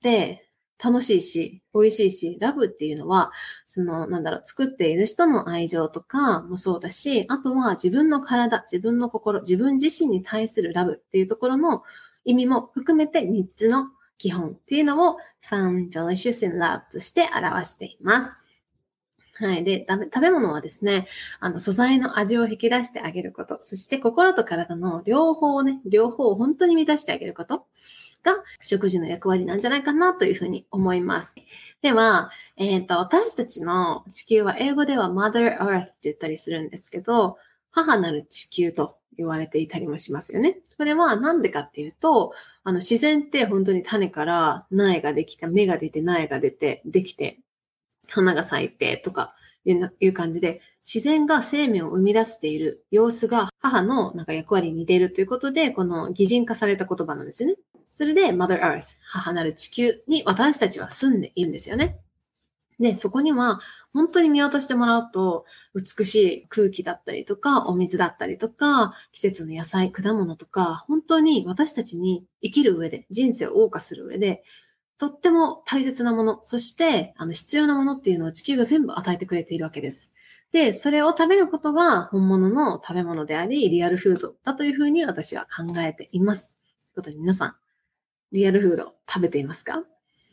楽しいし、美味しいし、ラブっていうのは、その、なんだろう、作っている人の愛情とかもそうだし、あとは自分の体、自分の心、自分自身に対するラブっていうところの意味も含めてみっつの基本っていうのを fun, delicious, and love として表しています。はい。で、食べ物はですね、あの、素材の味を引き出してあげること、そして心と体の両方をね、両方を本当に満たしてあげることが食事の役割なんじゃないかなというふうに思います。では、えっと、私たちの地球は英語では Mother Earth って言ったりするんですけど、母なる地球と言われていたりもしますよね。これはなんでかっていうと、あの、自然って本当に種から苗ができた、芽が出て苗が出て、できて、花が咲いてとかいう感じで、自然が生命を生み出している様子が母のなんか役割に似ているということで、この擬人化された言葉なんですよね。それで Mother Earth、母なる地球に私たちは住んでいるんですよね。で、そこには本当に見渡してもらうと、美しい空気だったりとか、お水だったりとか、季節の野菜、果物とか、本当に私たちに生きる上で、人生を謳歌する上で、とっても大切なもの、そして、あの、必要なものっていうのを地球が全部与えてくれているわけです。で、それを食べることが本物の食べ物であり、リアルフードだというふうに私は考えています。ということで皆さん、リアルフード食べていますか？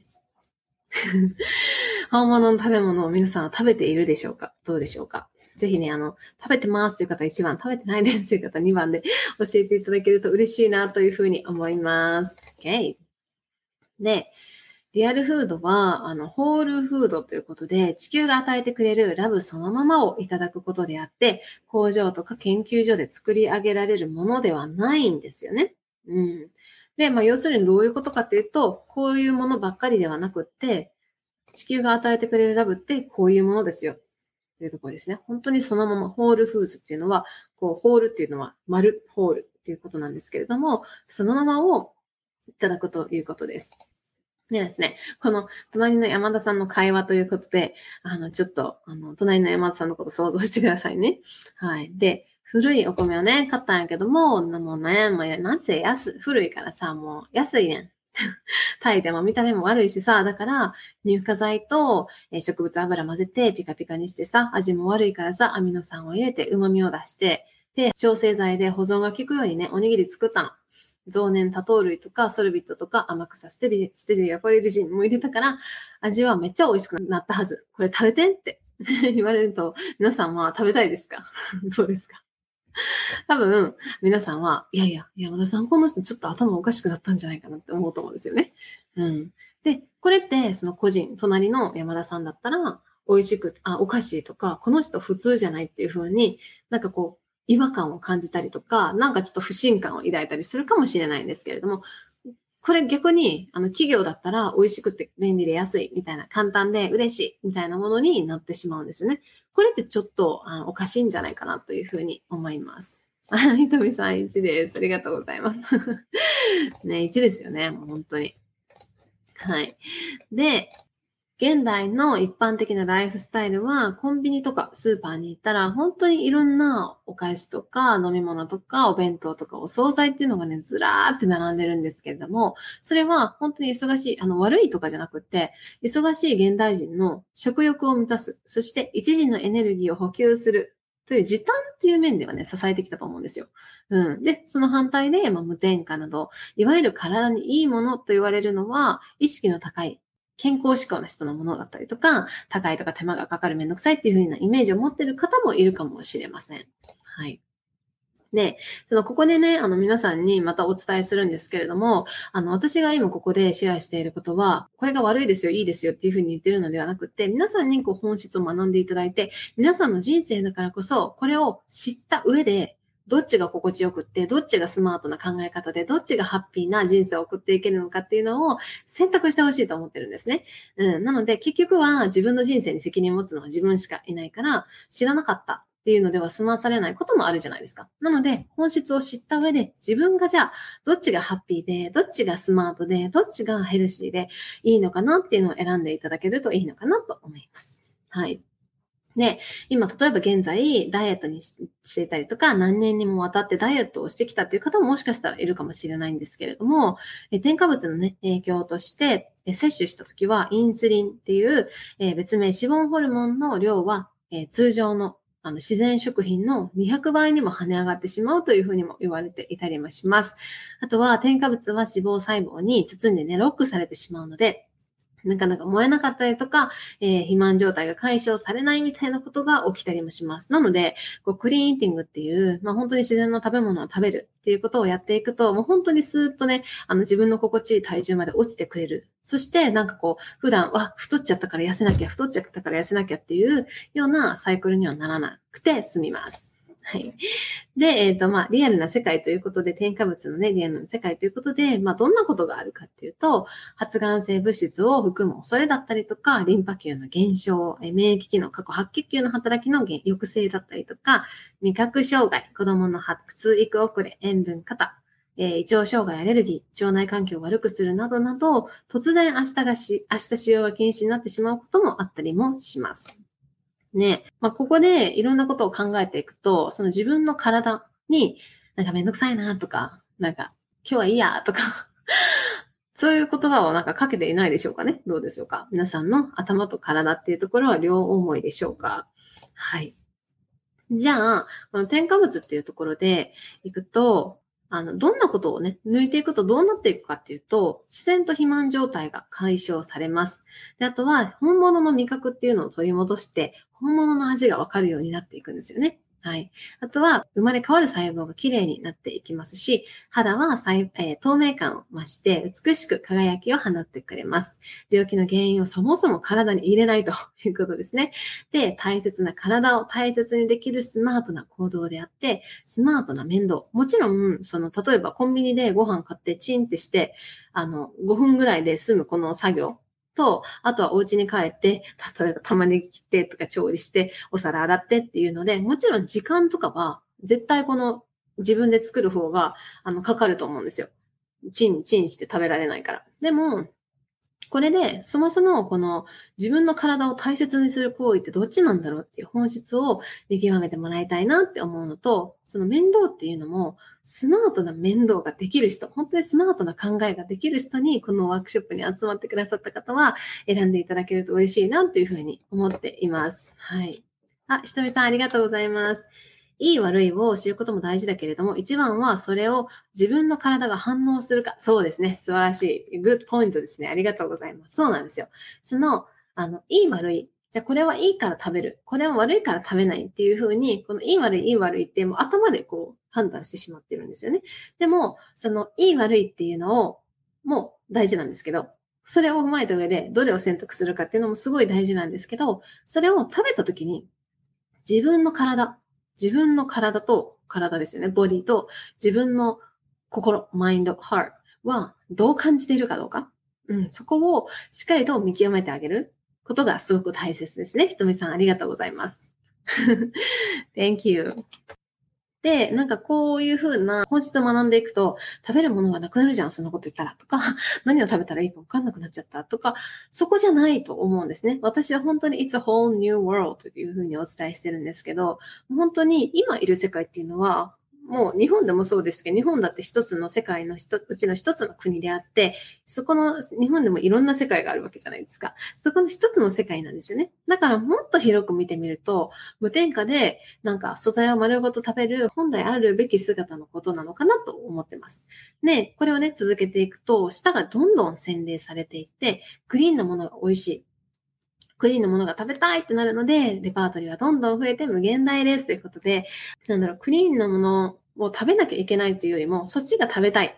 本物の食べ物を皆さんは食べているでしょうか？どうでしょうか？ぜひね、あの、食べてますという方いちばん、食べてないですという方にばんで教えていただけると嬉しいなというふうに思います。OK。で、リアルフードは、あの、ホールフードということで、地球が与えてくれるラブそのままをいただくことであって、工場とか研究所で作り上げられるものではないんですよね。うん。で、まあ、要するにどういうことかっていうと、こういうものばっかりではなくって、地球が与えてくれるラブってこういうものですよ。というところですね。本当にそのまま、ホールフーズっていうのは、こう、ホールっていうのは丸、ホールっていうことなんですけれども、そのままをいただくということです。でですね、この隣の山田さんの会話ということで、あの、ちょっと、あの、隣の山田さんのこと想像してくださいね。はい。で、古いお米をね、買ったんやけども、もうね、もうなんせ安、古いからさ、もう安いねん。タイでも見た目も悪いしさ、だから、乳化剤と植物油混ぜてピカピカにしてさ、味も悪いからさ、アミノ酸を入れて旨味を出して、で、調整剤で保存が効くようにね、おにぎり作ったの。増粘多糖類とかソルビットとか甘臭ステビステビアポリルジンも入れたから味はめっちゃ美味しくなったはず。これ食べてって言われると皆さんは食べたいですか？どうですか？多分皆さんはいやいや山田さんこの人ちょっと頭おかしくなったんじゃないかなって思うと思うんですよね。うん。で、これってその個人、隣の山田さんだったら美味しく、あ、おかしいとか、この人普通じゃないっていう風になんかこう違和感を感じたりとか、なんかちょっと不信感を抱いたりするかもしれないんですけれども、これ逆に、あの、企業だったら美味しくて便利で安いみたいな、簡単で嬉しいみたいなものになってしまうんですよね。これってちょっとあのおかしいんじゃないかなというふうに思います。ひとみさんいちです。ありがとうございます。ね、いちですよね。もう本当に。はい。で、現代の一般的なライフスタイルは、コンビニとかスーパーに行ったら、本当にいろんなお菓子とか飲み物とかお弁当とかお惣菜っていうのがね、ずらーって並んでるんですけれども、それは本当に忙しい、あの悪いとかじゃなくって、忙しい現代人の食欲を満たす、そして一時のエネルギーを補給するという時短っていう面ではね、支えてきたと思うんですよ。うん。で、その反対で、まあ、無添加など、いわゆる体にいいものと言われるのは、意識の高い健康志向な人のものだったりとか、高いとか手間がかかるめんどくさいっていう風なイメージを持っている方もいるかもしれません。はい。で、そのここでね、あの皆さんにまたお伝えするんですけれども、あの私が今ここでシェアしていることは、これが悪いですよ、いいですよっていう風に言ってるのではなくて、皆さんにこう本質を学んでいただいて、皆さんの人生だからこそ、これを知った上で、 どっちが心地よくって、どっちがスマートな考え方で、どっちがハッピーな人生を送っていけるのかっていうのを選択してほしいと思ってるんですね。うん。なので、結局は自分の人生に責任を持つのは自分しかいないから、知らなかったっていうのでは済まされないこともあるじゃないですか。なので、本質を知った上で、自分がじゃあ、どっちがハッピーで、どっちがスマートで、どっちがヘルシーでいいのかなっていうのを選んでいただけるといいのかなと思います。はい。で、今、例えば現在、ダイエットに し, していたりとか、何年にもわたってダイエットをしてきたっていう方ももしかしたらいるかもしれないんですけれども、え添加物のね、影響として、え摂取したときは、インスリンっていう、えー別名脂肪ホルモンの量は、えー通常のあの自然食品のにひゃくばいにも跳ね上がってしまうというふうにも言われていたりもします。あとは、添加物は脂肪細胞に包んでね、ロックされてしまうので、なかなか燃えなかったりとか、えー肥満状態が解消されないみたいなことが起きたりもします。なので、こうクリーンイーティングっていう、まあ本当に自然な食べ物を食べるっていうことをやっていくと、もう本当にスーッとね、あの自分の心地いい体重まで落ちてくれる。そしてなんかこう、普段、わ、太っちゃったから痩せなきゃ、太っちゃったから痩せなきゃっていうようなサイクルにはならなくて済みます。はい。で、えっと、まあ、リアルな世界ということで、添加物のね、リアルな世界ということで、まあ、どんなことがあるかっていうと、発がん性物質を含む恐れだったりとか、リンパ球の減少、え免疫機能、過去白血球の働きの減抑制だったりとか、味覚障害、子供の発育遅れ、塩分過多、えー胃腸障害、アレルギー、腸内環境を悪くするなどなど、突然明日がし、明日使用が禁止になってしまうこともあったりもします。ね。まあ、ここでいろんなことを考えていくと、その自分の体に、なんかめんどくさいなとか、なんか今日はいいやとか、そういう言葉をなんかかけていないでしょうかね。どうでしょうか。皆さんの頭と体っていうところは両思いでしょうか。はい。じゃあ、この添加物っていうところでいくと、あの、どんなことをね、抜いていくとどうなっていくかっていうと、自然と肥満状態が解消されます。で、あとは、本物の味覚っていうのを取り戻して、本物の味がわかるようになっていくんですよね。はい。あとは、生まれ変わる細胞がきれいになっていきますし、肌は細、えー透明感を増して美しく輝きを放ってくれます。病気の原因をそもそも体に入れないということですね。で、大切な体を大切にできるスマートな行動であって、スマートな面倒。もちろん、その、例えばコンビニでご飯買ってチンってして、あの、ごふんぐらいで済むこの作業と、あとはお家に帰って、例えば玉ねぎ切ってとか調理して、お皿洗ってっていうので、もちろん時間とかは、絶対この自分で作る方が、あの、かかると思うんですよ。チン、チンして食べられないから。でも、これで、そもそもこの自分の体を大切にする行為ってどっちなんだろうっていう本質を見極めてもらいたいなって思うのと、その面倒っていうのも、スマートな面倒ができる人、本当にスマートな考えができる人にこのワークショップに集まってくださった方は選んでいただけると嬉しいなというふうに思っています。はい。あ、ひとみさんありがとうございます。いい悪いを知ることも大事だけれども、一番はそれを自分の体が反応するか。そうですね。素晴らしい。グッドポイントですね。ありがとうございます。そうなんですよ。その、あの、いい悪い。じゃあこれはいいから食べる。これは悪いから食べないっていうふうに、このいい悪い、いい悪いってもう頭でこう判断してしまってるんですよね。でも、そのいい悪いっていうのを、もう大事なんですけど、それを踏まえた上でどれを選択するかっていうのもすごい大事なんですけど、それを食べた時に自分の体、自分の体と、体ですよね、ボディと、自分の心、マインド、ハートはどう感じているかどうか。うん、そこをしっかりと見極めてあげることがすごく大切ですね。ひとみさん、ありがとうございます。Thank you. で、なんかこういう風な本質を学んでいくと、食べるものがなくなるじゃん、そんなこと言ったらとか、何を食べたらいいか分かんなくなっちゃったとか、そこじゃないと思うんですね。私は本当に It's a whole new world という風にお伝えしてるんですけど、本当に今いる世界っていうのは、もう日本でもそうですけど、日本だって一つの世界の一うちの一つの国であって、そこの日本でもいろんな世界があるわけじゃないですか。そこの一つの世界なんですよね。だからもっと広く見てみると、無添加でなんか素材を丸ごと食べる本来あるべき姿のことなのかなと思ってます。で、これをね、続けていくと、舌がどんどん洗練されていって、クリーンなものが美味しい。クリーンなものが食べたいってなるので、レパートリーはどんどん増えて無限大ですということで、なんだろう、クリーンなものを食べなきゃいけないというよりも、そっちが食べたい。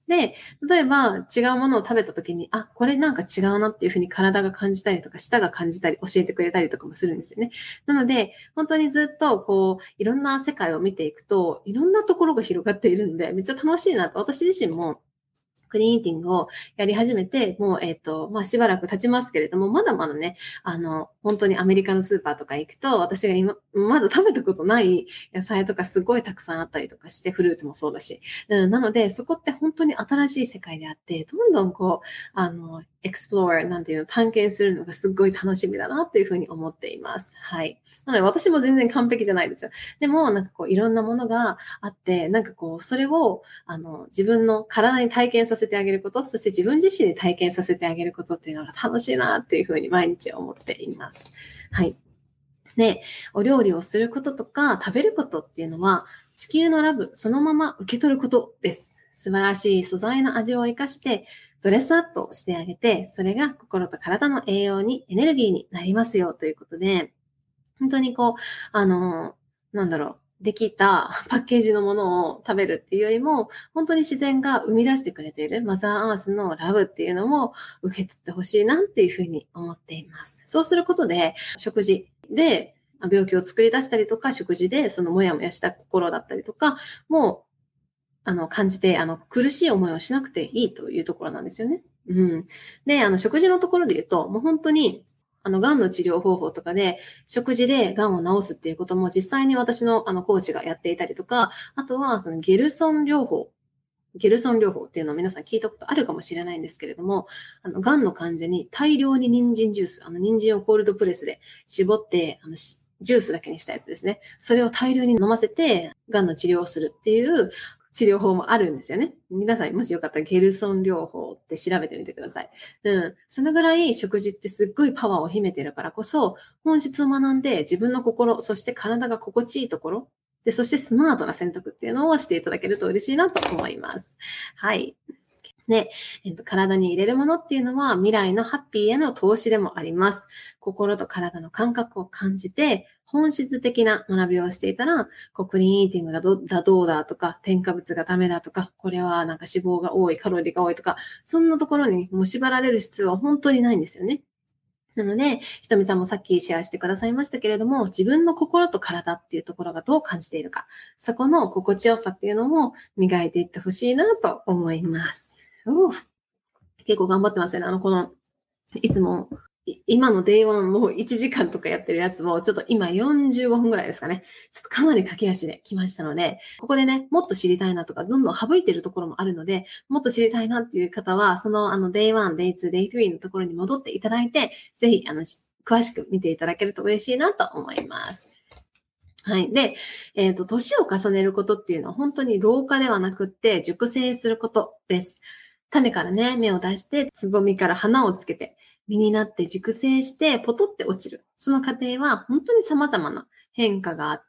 で、例えば違うものを食べた時に、あ、これなんか違うなっていうふうに体が感じたりとか、舌が感じたり教えてくれたりとかもするんですよね。なので、本当にずっとこう、いろんな世界を見ていくと、いろんなところが広がっているんで、めっちゃ楽しいなと、私自身もクリーンイーティングをやり始めて、もう、えっと、まあ、しばらく経ちますけれども、まだまだね、あの、本当にアメリカのスーパーとか行くと、私が今、まだ食べたことない野菜とかすごいたくさんあったりとかして、フルーツもそうだし。うん、なので、そこって本当に新しい世界であって、どんどんこう、あの、エクスプローなんていうのを探検するのがすっごい楽しみだなっていうふうに思っています。はい。なので、私も全然完璧じゃないですよ。でも、なんかこう、いろんなものがあって、なんかこう、それを、あの、自分の体に体験させてあげること、そして自分自身に体験させてあげることっていうのが楽しいなっていうふうに毎日思っています。はい。で、お料理をすることとか食べることっていうのは、地球のラブそのまま受け取ることです。素晴らしい素材の味を生かして、ドレスアップをしてあげて、それが心と体の栄養に、エネルギーになりますよということで、本当にこう、あの、なんだろう、できたパッケージのものを食べるっていうよりも、本当に自然が生み出してくれているマザーアースのラブっていうのも受け取ってほしいなっていうふうに思っています。そうすることで、食事で病気を作り出したりとか、食事でそのもやもやした心だったりとか、もう、あの、感じて、あの、苦しい思いをしなくていいというところなんですよね。うん。で、あの、食事のところで言うと、もう本当に、あの、癌の治療方法とかで、食事で癌を治すっていうことも実際に私のあの、コーチがやっていたりとか、あとは、そのゲルソン療法。ゲルソン療法っていうのを皆さん聞いたことあるかもしれないんですけれども、あの、癌の患者に大量に人参ジュース、あの、人参をコールドプレスで絞って、あの、ジュースだけにしたやつですね。それを大量に飲ませて、癌の治療をするっていう治療法もあるんですよね。皆さんもしよかったらゲルソン療法って調べてみてください。うん。そのぐらい食事ってすっごいパワーを秘めてるからこそ、本質を学んで自分の心、そして体が心地いいところ、で、そしてスマートな選択っていうのをしていただけると嬉しいなと思います。はい。で、えっと、体に入れるものっていうのは未来のハッピーへの投資でもあります。心と体の感覚を感じて、本質的な学びをしていたら、こうクリーンイーティングがどだどうだとか、添加物がダメだとか、これはなんか脂肪が多い、カロリーが多いとか、そんなところにもう縛られる必要は本当にないんですよね。なので、ひとみさんもさっきシェアしてくださいましたけれども、自分の心と体っていうところがどう感じているか、そこの心地よさっていうのも磨いていってほしいなと思います。お結構頑張ってますよね。あの、この、いつも、今のデイワンもいちじかんとかやってるやつを、ちょっと今よんじゅうごふんぐらいですかね。ちょっとかなり駆け足で来ましたので、ここでね、もっと知りたいなとか、どんどん省いてるところもあるので、もっと知りたいなっていう方は、そのあのデイワン、デイツー、デイスリーのところに戻っていただいて、ぜひ、あの、詳しく見ていただけると嬉しいなと思います。はい。で、えっと、年を重ねることっていうのは本当に老化ではなくって熟成することです。種からね、芽を出して、つぼみから花をつけて、実になって熟成して、ポトって落ちる。その過程は本当に様々な変化があって、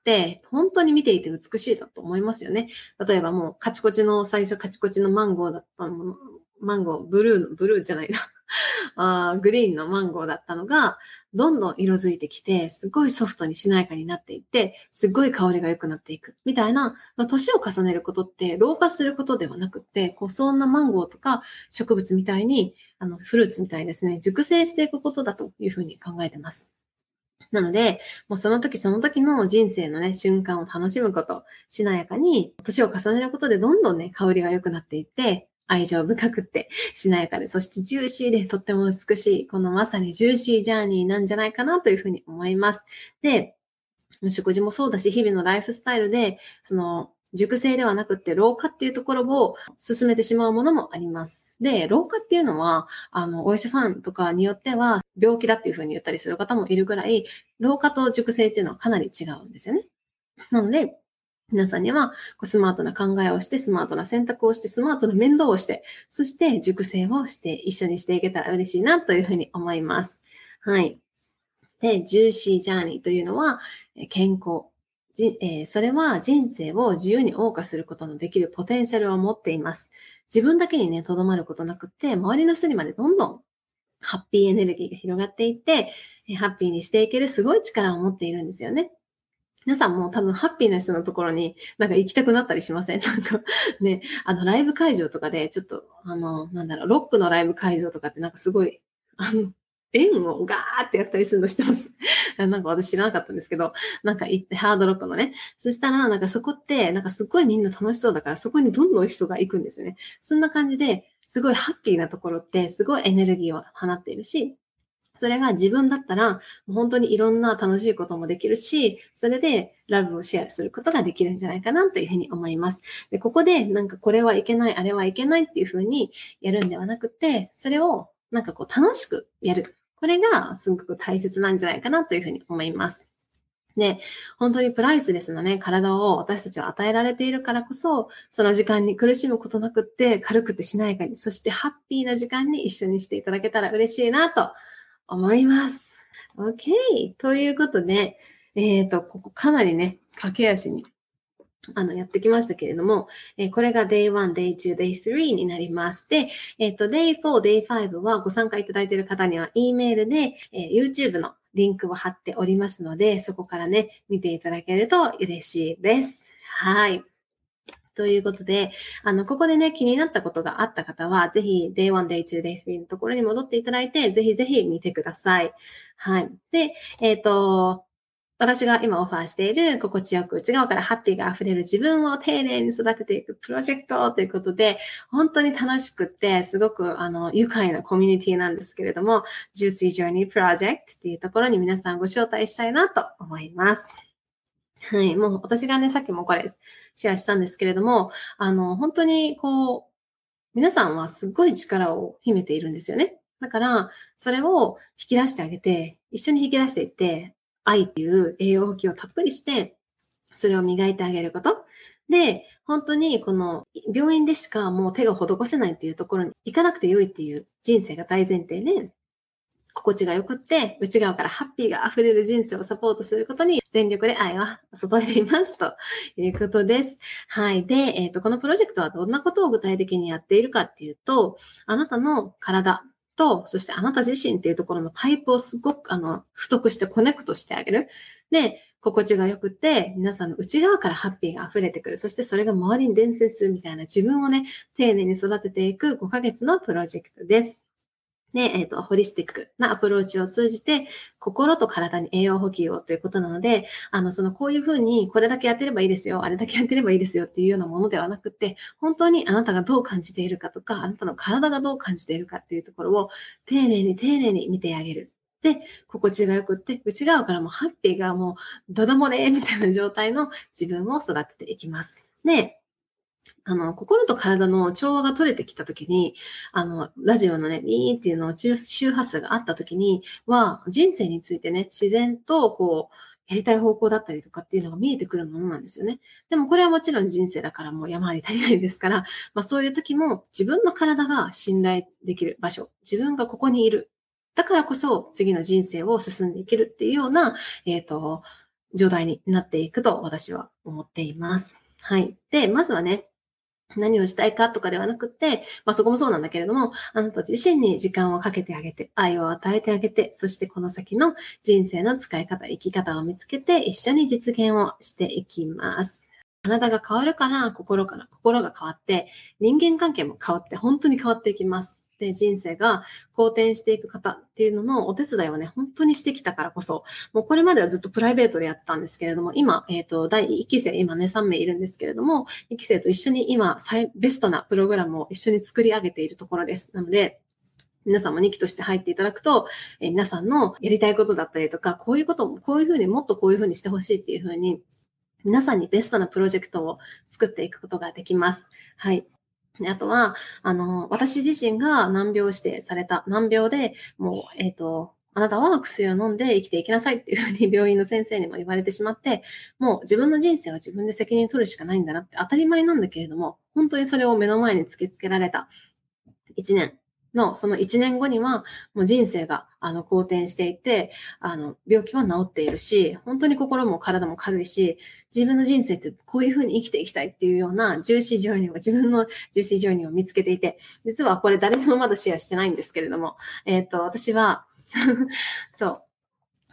本当に見ていて美しいだと思いますよね。例えばもうカチコチの、最初カチコチのマンゴーだったもの、マンゴー、ブルーの、ブルーじゃないな。あーグリーンのマンゴーだったのが、どんどん色づいてきて、すごいソフトにしなやかになっていって、すごい香りが良くなっていく。みたいな、年を重ねることって、老化することではなくって、こう、そんなマンゴーとか植物みたいに、あの、フルーツみたいにですね、熟成していくことだというふうに考えてます。なので、もうその時その時の人生のね、瞬間を楽しむこと、しなやかに、年を重ねることでどんどんね、香りが良くなっていって、愛情深くって、しなやかで、そしてジューシーでとっても美しい、このまさにジューシージャーニーなんじゃないかなというふうに思います。で、食事もそうだし、日々のライフスタイルで、その、熟成ではなくって老化っていうところを進めてしまうものもあります。で、老化っていうのは、あの、お医者さんとかによっては病気だっていうふうに言ったりする方もいるぐらい、老化と熟成っていうのはかなり違うんですよね。なので、皆さんにはスマートな考えをして、スマートな選択をして、スマートな面倒をして、そして熟成をして一緒にしていけたら嬉しいなというふうに思います。はい。で、ジューシージャーニーというのは、健康。じえー、それは人生を自由に謳歌することのできるポテンシャルを持っています。自分だけにね、とどまることなくって、周りの人にまでどんどんハッピーエネルギーが広がっていって、ハッピーにしていけるすごい力を持っているんですよね。 皆さんも多分ハッピーな人のところになんか行きたくなったりしません？なんかね、あのライブ会場とかでちょっと、あの、なんだろう、ロックのライブ会場とかってなんかすごい、あの、円をガーってやったりするの知ってます？なんか私知らなかったんですけど、なんか行ってハードロックのね。そしたらなんかそこってなんかすっごいみんな楽しそうだからそこにどんどん人が行くんですよね。そんな感じで、すごいハッピーなところってすごいエネルギーを放っているし、それが自分だったら、本当にいろんな楽しいこともできるし、それでラブをシェアすることができるんじゃないかなというふうに思います。で、ここでなんかこれはいけない、あれはいけないっていうふうにやるんではなくて、それをなんかこう楽しくやる。これがすごく大切なんじゃないかなというふうに思います。で、本当にプライスレスなね、体を私たちは与えられているからこそ、その時間に苦しむことなくって、軽くてしなやかに、そしてハッピーな時間に一緒にしていただけたら嬉しいなと思います。OK! ということで、えっと、ここかなりね、駆け足にあの、やってきましたけれども、えーこれが デイワン、デイツー、デイスリー になります。で、えっ、と、デイフォー、デイファイブ はご参加いただいている方には E メールで、えー YouTube のリンクを貼っておりますので、そこからね、見ていただけると嬉しいです。はい。ということで、あの、ここでね、気になったことがあった方は、ぜひ デイワン、デイツー、デイスリー のところに戻っていただいて、ぜひぜひ見てください。はい。で、えっ、と、私が今オファーしている心地よく内側からハッピーが溢れる自分を丁寧に育てていくプロジェクトということで、本当に楽しくって、すごくあの愉快なコミュニティなんですけれども、Juicy Journey Project っていうところに皆さんご招待したいなと思います。はい。もう私がね、さっきもこれシェアしたんですけれども、あの、本当にこう、皆さんはすっごい力を秘めているんですよね。だから、それを引き出してあげて、一緒に引き出していって、愛っていう栄養補給をたっぷりして、それを磨いてあげること。で、本当にこの病院でしかもう手が施せないっていうところに行かなくて良いっていう人生が大前提で、心地が良くって、内側からハッピーが溢れる人生をサポートすることに全力で愛を注いでいますということです。はい。で、えっと、このプロジェクトはどんなことを具体的にやっているかっていうと、あなたの体と、そしてあなた自身っていうところのパイプをすごく、あの、太くしてコネクトしてあげる。で、心地が良くって、皆さんの内側からハッピーが溢れてくる。そしてそれが周りに伝染するみたいな自分をね、丁寧に育てていくごかげつのプロジェクトです。で、えっ、と、ホリスティックなアプローチを通じて、心と体に栄養補給をということなので、あの、その、こういうふうに、これだけやってればいいですよ、あれだけやってればいいですよっていうようなものではなくて、本当にあなたがどう感じているかとか、あなたの体がどう感じているかっていうところを、丁寧に丁寧に見てあげる。で、心地が良くって、内側からもハッピーがもう、ダダ漏れみたいな状態の自分を育てていきます。で、あの、心と体の調和が取れてきたときに、あの、ラジオのね、ビーっていうのを周波数があったときには、人生についてね、自然とこう、やりたい方向だったりとかっていうのが見えてくるものなんですよね。でもこれはもちろん人生だからもう山あり足りないですから、まあそういう時も自分の体が信頼できる場所、自分がここにいる。だからこそ次の人生を進んでいけるっていうような、えっと、状態になっていくと私は思っています。はい。で、まずはね、何をしたいかとかではなくって、まあそこもそうなんだけれども、あなた自身に時間をかけてあげて、愛を与えてあげて、そしてこの先の人生の使い方、生き方を見つけて一緒に実現をしていきます。体が変わるから心から心が変わって、人間関係も変わって本当に変わっていきます。で、人生が好転していく方っていうののお手伝いをね、本当にしてきたからこそ、もうこれまではずっとプライベートでやってたんですけれども、今、えっ、と、だいいっきせい、今ね、さんめいいるんですけれども、いっきせいと一緒に今、最ベストなプログラムを一緒に作り上げているところです。なので、皆さんもにきとして入っていただくと、えー皆さんのやりたいことだったりとか、こういうことも、こういうふうにもっとこういうふうにしてほしいっていうふうに、皆さんにベストなプロジェクトを作っていくことができます。はい。であとは、あの、私自身が難病指定された、難病で、もう、えっ、と、あなたは薬を飲んで生きていきなさいっていうふうに病院の先生にも言われてしまって、もう自分の人生は自分で責任取るしかないんだなって当たり前なんだけれども、本当にそれを目の前に突きつけられたいちねんの、そのいちねんごには、もう人生が、あの、好転していて、あの、病気は治っているし、本当に心も体も軽いし、自分の人生ってこういうふうに生きていきたいっていうような、ジューシージョーニーを、自分のジューシージョーニーを見つけていて、実はこれ誰にもまだシェアしてないんですけれども、えっ、と、私は、そう、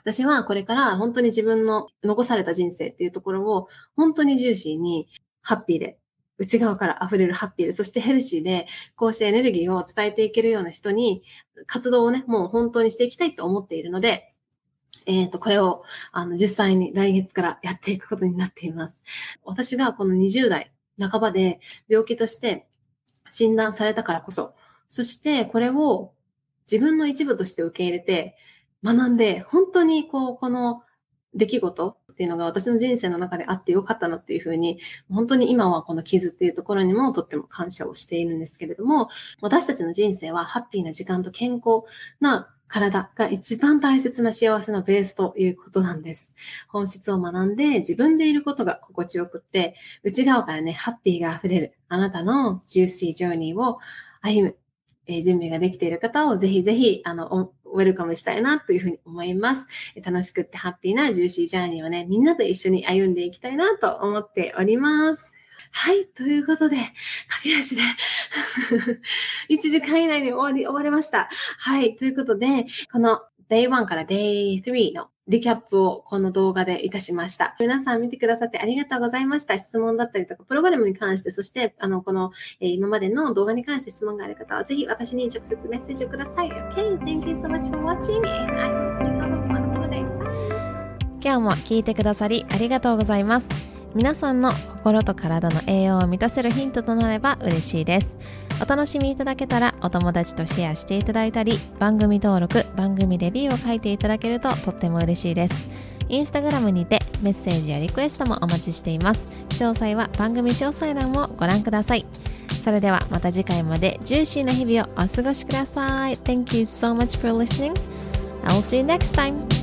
私はこれから本当に自分の残された人生っていうところを本当に重視にハッピーで、内側から溢れるハッピーで、そしてヘルシーで、こうしてエネルギーを伝えていけるような人に活動をね、もう本当にしていきたいと思っているので、えっと、これをあの実際に来月からやっていくことになっています。私がこのにじゅう代半ばで病気として診断されたからこそ、そしてこれを自分の一部として受け入れて学んで、本当にこう、この出来事っていうのが私の人生の中であってよかったなっていうふうに、本当に今はこの傷っていうところにもとっても感謝をしているんですけれども、私たちの人生はハッピーな時間と健康な体が一番大切な幸せのベースということなんです。本質を学んで自分でいることが心地よくって、内側からね、ハッピーが溢れるあなたのジューシージョーニーを歩む、えー、準備ができている方をぜひぜひ、あの、ウェルカムしたいなというふうに思います。楽しくってハッピーなジューシージャーニーをね、みんなで一緒に歩んでいきたいなと思っております。はい、ということで、駆け足でいちじかん以内に終わり、終わりました。はい、ということで、この デイワン から デイスリー のリキャップをこの動画でいたしました。皆さん見てくださってありがとうございました。質問だったりとか、プログラムに関して、そして、あの、この、えー、今までの動画に関して質問がある方は、ぜひ私に直接メッセージをください。Okay, thank you so much for watching and I hope you have a wonderful day. 今日も聞いてくださりありがとうございます。皆さんの心と体の栄養を満たせるヒントとなれば嬉しいです。お楽しみいただけたらお友達とシェアしていただいたり、番組登録、番組レビューを書いていただけるととっても嬉しいです。インスタグラムにてメッセージやリクエストもお待ちしています。詳細は番組詳細欄をご覧ください。それではまた次回までジューシーな日々をお過ごしください。Thank you so much for listening. I will see you next time.